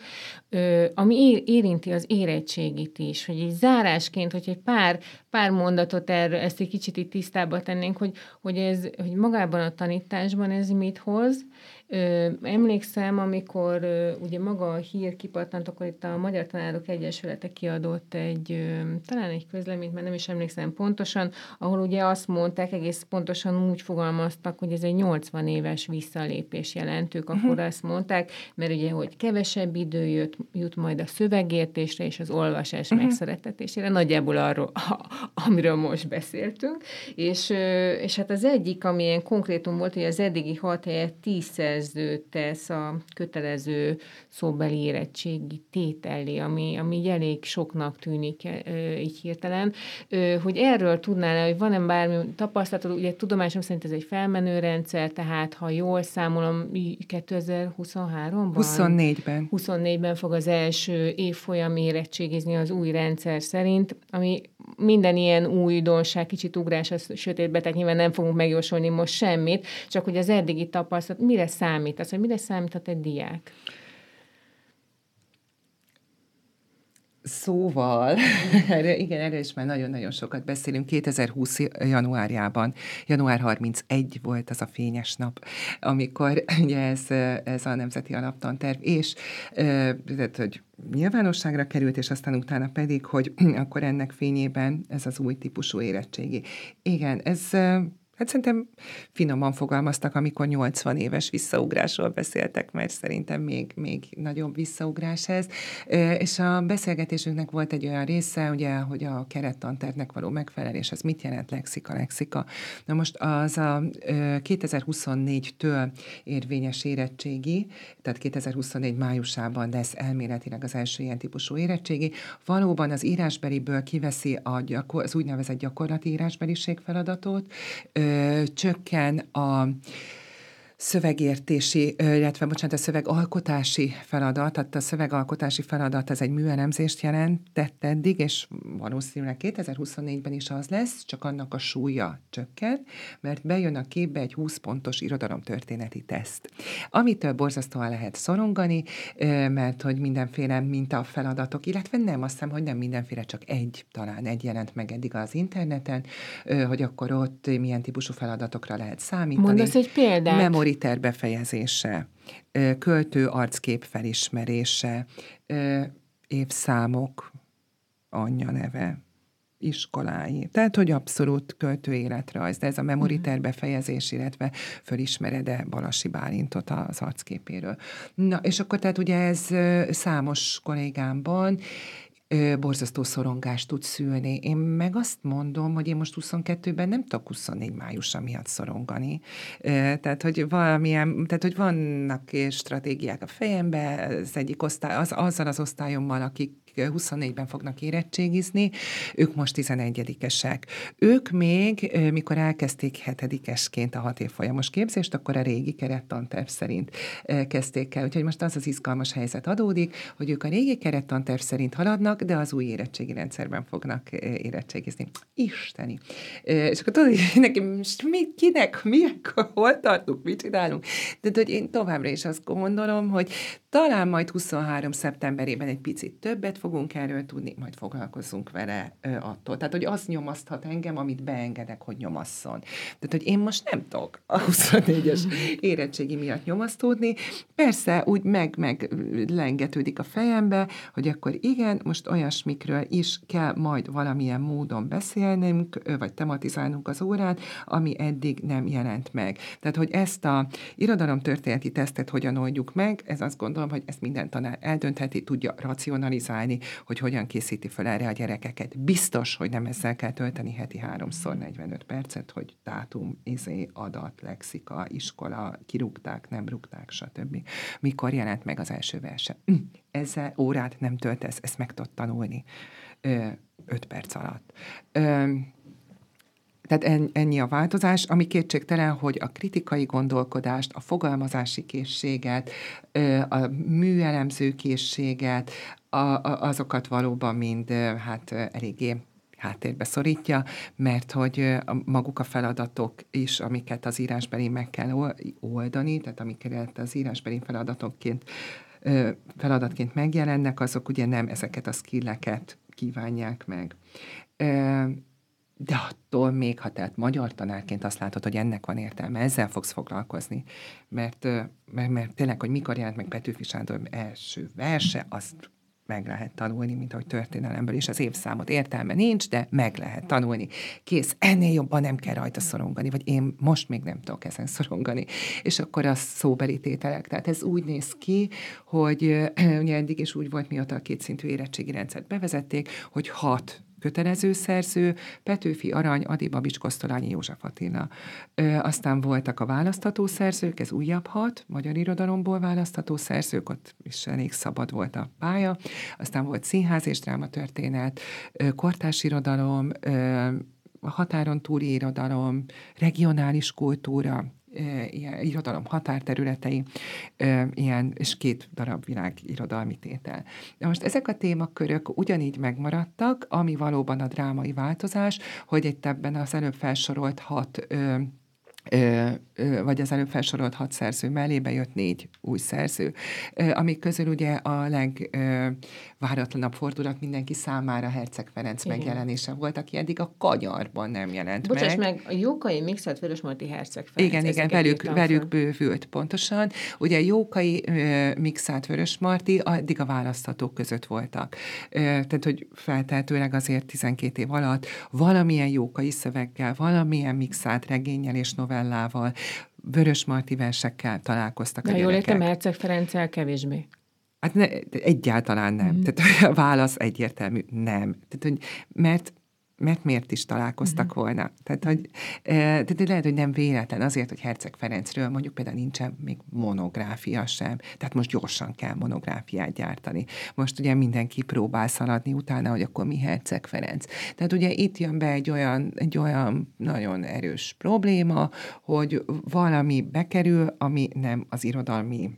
[SPEAKER 1] ami érinti az érettségit is, hogy így zárásként, hogy egy pár mondatot erről, ezt egy kicsit itt tisztába tennénk, hogy magában a tanításban ez mit hoz. Emlékszem, amikor ugye maga a hír kipattant, akkor itt a Magyar Tanárok Egyesülete kiadott talán egy közleményt, mert nem is emlékszem pontosan, ahol ugye azt mondták, egész pontosan úgy fogalmaztak, hogy ez egy 80 éves visszalépés jelent. Ők akkor azt mondták, mert ugye, hogy kevesebb idő jut majd a szövegértésre és az olvasás megszeretetésére, nagyjából arról, amiről most beszéltünk, és hát az egyik, ami ilyen konkrétum volt, hogy az eddigi 6 helyett 10 szerzőt tesz a kötelező szóbeli érettségi tétellé, ami így elég soknak tűnik így hirtelen, hogy erről tudnál, hogy van-e bármi tapasztalatod, ugye tudomásom szerint ez egy felmenő rendszer, tehát ha jól számolom, 2023-ban?
[SPEAKER 2] 24-ben.
[SPEAKER 1] 24-ben fog az első évfolyam érettségizni az új rendszer szerint, ami minden ilyen újdonság, kicsit ugrás a sötétbe, tehát nyilván nem fogunk megjósolni most semmit, csak hogy az eddigi tapasztalat, mire számít az, hogy mire számíthat egy diák?
[SPEAKER 2] Szóval, erről is már nagyon-nagyon sokat beszélünk. 2020 januárjában, január 31 volt az a fényes nap, amikor ugye ez a Nemzeti Alaptanterv, és tehát, hogy nyilvánosságra került, és aztán utána pedig, hogy akkor ennek fényében ez az új típusú érettségi. Igen, ez... Hát szerintem finoman fogalmaztak, amikor 80 éves visszaugrásról beszéltek, mert szerintem még nagyobb visszaugrás ez. És a beszélgetésünknek volt egy olyan része, ugye, hogy a kerettantervnek való megfelelés, az mit jelent lexika. Na most az a 2024-től érvényes érettségi, tehát 2024 májusában lesz elméletileg az első ilyen típusú érettségi. Valóban az írásbeliből kiveszi az úgynevezett gyakorlati írásbeliség feladatot, csökken a szövegértési, illetve a szövegalkotási feladat, tehát a szövegalkotási feladat az egy műelemzést jelentett eddig, és valószínűleg 2024-ben is az lesz, csak annak a súlya csökken, mert bejön a képbe egy 20 pontos irodalomtörténeti teszt, amitől borzasztóan lehet szorongani, mert hogy mindenféle mintafeladatok, illetve nem, azt hiszem, hogy nem mindenféle, csak talán egy jelent meg eddig az interneten, hogy akkor ott milyen típusú feladatokra lehet számítani.
[SPEAKER 1] Mondasz egy példát?
[SPEAKER 2] Terv befejezése, költő arckép felismerése, évszámok, anyja neve, iskolái. Tehát, hogy abszolút költő életrajz, de ez a memoriter befejezés, illetve fölismered-e Balassi Bálintot az arcképéről. Na, és akkor tehát ugye ez számos kollégámban borzasztó szorongást tud szülni. Én meg azt mondom, hogy én most 22-ben nem tudok 24 májusa miatt szorongani. Tehát, hogy hogy vannak stratégiák a fejemben, az egyik osztály, azzal az osztályommal, akik 24-ben fognak érettségizni, ők most 11-esek. Ők még, mikor elkezdték 7-esként a 6 évfolyamos képzést, akkor a régi kerettanterv szerint kezdték el. Úgyhogy most az az izgalmas helyzet adódik, hogy ők a régi kerettanterv szerint haladnak, de az új érettségi rendszerben fognak érettségizni. Isteni! És akkor tudod, hogy nekem kinek, hol tartunk, mit csinálunk? De hogy én továbbra is azt gondolom, hogy talán majd 23. szeptemberében egy picit többet fogunk erről tudni, majd foglalkozzunk vele attól. Tehát, hogy az nyomaszthat engem, amit beengedek, hogy nyomasszon. Tehát, hogy én most nem tudok a 24-es érettségi miatt nyomasztódni. Persze úgy meglengetődik a fejembe, hogy akkor igen, most olyasmikről is kell majd valamilyen módon beszélnünk, vagy tematizálnunk az órán, ami eddig nem jelent meg. Tehát, hogy ezt a irodalomtörténeti tesztet hogyan oldjuk meg, ez azt gondolom, hogy ezt minden tanár eldöntheti, tudja racionalizálni, hogy hogyan készíti fel erre a gyerekeket. Biztos, hogy nem ezzel kell tölteni heti 3x 45 percet, hogy dátum, adat, lexika, iskola, kirúgták, nem rúgták, stb. Mikor jelent meg az első verse. Ezzel órát nem töltesz, ezt meg tudod tanulni 5 perc alatt. Tehát ennyi a változás, ami kétségtelen, hogy a kritikai gondolkodást, a fogalmazási készséget, a műelemző készséget, azokat valóban mind eléggé háttérbe szorítja, mert hogy maguk a feladatok is, amiket az írásbeli meg kell oldani, tehát amiket az írásbeli feladatokként feladatként megjelennek, azok ugye nem ezeket a skilleket kívánják meg. De attól még, ha tehát magyar tanárként azt látod, hogy ennek van értelme, ezzel fogsz foglalkozni, mert tényleg, hogy mikor jelent meg Petőfi Sándor első verse, azt meg lehet tanulni, mint ahogy történelemből is az évszámot értelme nincs, de meg lehet tanulni. Kész, ennél jobban nem kell rajta szorongani, vagy én most még nem tudok ezen szorongani. És akkor az szóbeli tételek. Tehát ez úgy néz ki, hogy ugye eddig is úgy volt, mióta a kétszintű érettségi rendszert bevezették, hogy 6 kötelező szerző, Petőfi, Arany, Ady, Babics, Kosztolányi, József Attila. Aztán voltak a választható szerzők, ez újabb 6, magyar irodalomból választható szerzők, ott is elég szabad volt a pálya. Aztán volt színház és drámatörténet, kortárs irodalom, határon túli irodalom, regionális kultúra, ilyen irodalom határterületei, ilyen, és 2 darab világirodalmi tétel. De most ezek a témakörök ugyanígy megmaradtak, ami valóban a drámai változás, hogy itt ebben az előbb felsorolt 6 vagy az előbb felsorolt 6 szerző mellé bejött 4 új szerző, amik közül ugye a legváratlanabb fordulat mindenki számára Herceg Ferenc megjelenése volt, aki eddig a Kanyarban nem jelent
[SPEAKER 1] Bocsáss
[SPEAKER 2] meg.
[SPEAKER 1] A Jókai Mixelt Vörösmarty Herceg Ferenc.
[SPEAKER 2] Igen, velük bővült pontosan. Ugye Jókai Mixelt Vörösmarty addig a választhatók között voltak. Tehát, hogy feltehetőleg azért 12 év alatt valamilyen jókai szöveggel, valamilyen mixált regénnyel és novellával, Vörösmarty versekkel találkoztak a gyerekek.
[SPEAKER 1] Jól értem, Herceg Ferenccel kevésbé.
[SPEAKER 2] Hát egyáltalán nem. Tehát a válasz egyértelmű, nem. Tehát, hogy mert miért is találkoztak volna. Tehát lehet, hogy nem véletlen azért, hogy Herceg Ferencről mondjuk például nincsen még monográfia sem. Tehát most gyorsan kell monográfiát gyártani. Most ugye mindenki próbál szaladni utána, hogy akkor mi Herceg Ferenc. Tehát ugye itt jön be egy olyan nagyon erős probléma, hogy valami bekerül, ami nem az irodalmi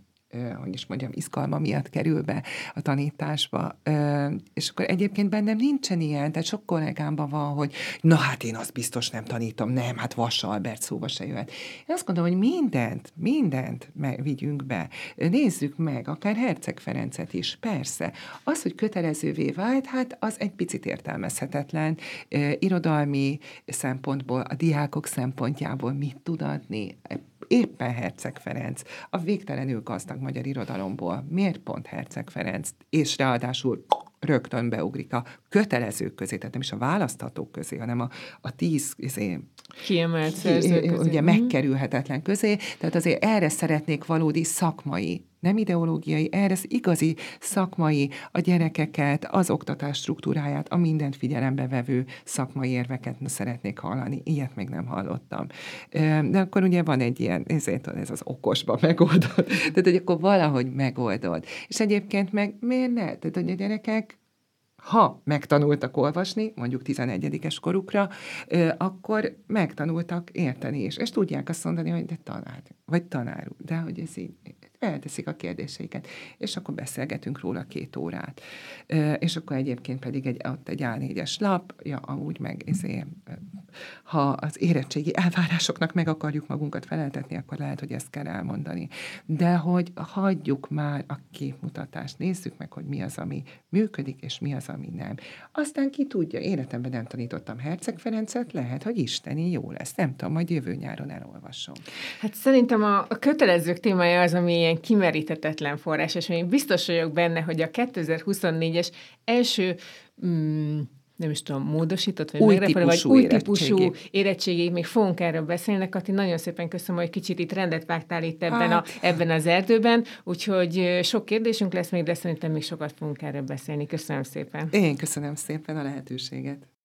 [SPEAKER 2] izgalma miatt kerül be a tanításba. És akkor egyébként bennem nincsen ilyen, tehát sok kollégámban van, hogy na hát én azt biztos nem tanítom, nem, hát Vass Albert szóba se jöhet. Én azt gondolom, hogy mindent vigyünk be. Nézzük meg, akár Herceg Ferencet is, persze. Az, hogy kötelezővé vált, hát az egy picit értelmezhetetlen. Irodalmi szempontból, a diákok szempontjából mit tud adni? Éppen Herceg Ferenc, a végtelenül gazdag magyar irodalomból. Miért pont Herceg Ferenc? És ráadásul rögtön beugrik a kötelezők közé, tehát nem is a választhatók közé, hanem a 10
[SPEAKER 1] kiemelt szerzők közé.
[SPEAKER 2] Ugye megkerülhetetlen közé, tehát azért erre szeretnék valódi szakmai, nem ideológiai, erre igazi szakmai, a gyerekeket, az oktatás struktúráját, a mindent figyelembe vevő szakmai érveket szeretnék hallani. Ilyet még nem hallottam. De akkor ugye van egy ilyen, ez az okosba megoldod. Tehát, hogy akkor valahogy megoldod. És egyébként meg miért ne? Tehát, hogy a gyerekek ha megtanultak olvasni, mondjuk 11-es korukra, akkor megtanultak érteni is. És tudják azt mondani, hogy de tanár, vagy tanár úr, de hogy ez így felteszik a kérdéseiket, és akkor beszélgetünk róla 2 órát. És akkor egyébként pedig ott egy A4-es lap, amúgy meg ha az érettségi elvárásoknak meg akarjuk magunkat feleltetni, akkor lehet, hogy ezt kell elmondani. De hogy hagyjuk már a képmutatást, nézzük meg, hogy mi az, ami működik, és mi az, ami nem. Aztán ki tudja, életemben nem tanítottam Herceg Ferencet, lehet, hogy isteni jó lesz. Nem tudom, majd jövő nyáron elolvasom.
[SPEAKER 1] Hát szerintem a kötelezők témája az, ami ilyen kimeríthetetlen forrás, és én biztos vagyok benne, hogy a 2024-es első nem is tudom, módosított, vagy megrefelő, vagy új típusú érettségig még fogunk erről beszélni. Kati, nagyon szépen köszönöm, hogy kicsit itt rendet vágtál itt ebben az erdőben, úgyhogy sok kérdésünk lesz még, de szerintem még sokat fogunk erről beszélni. Köszönöm szépen.
[SPEAKER 2] Én köszönöm szépen a lehetőséget.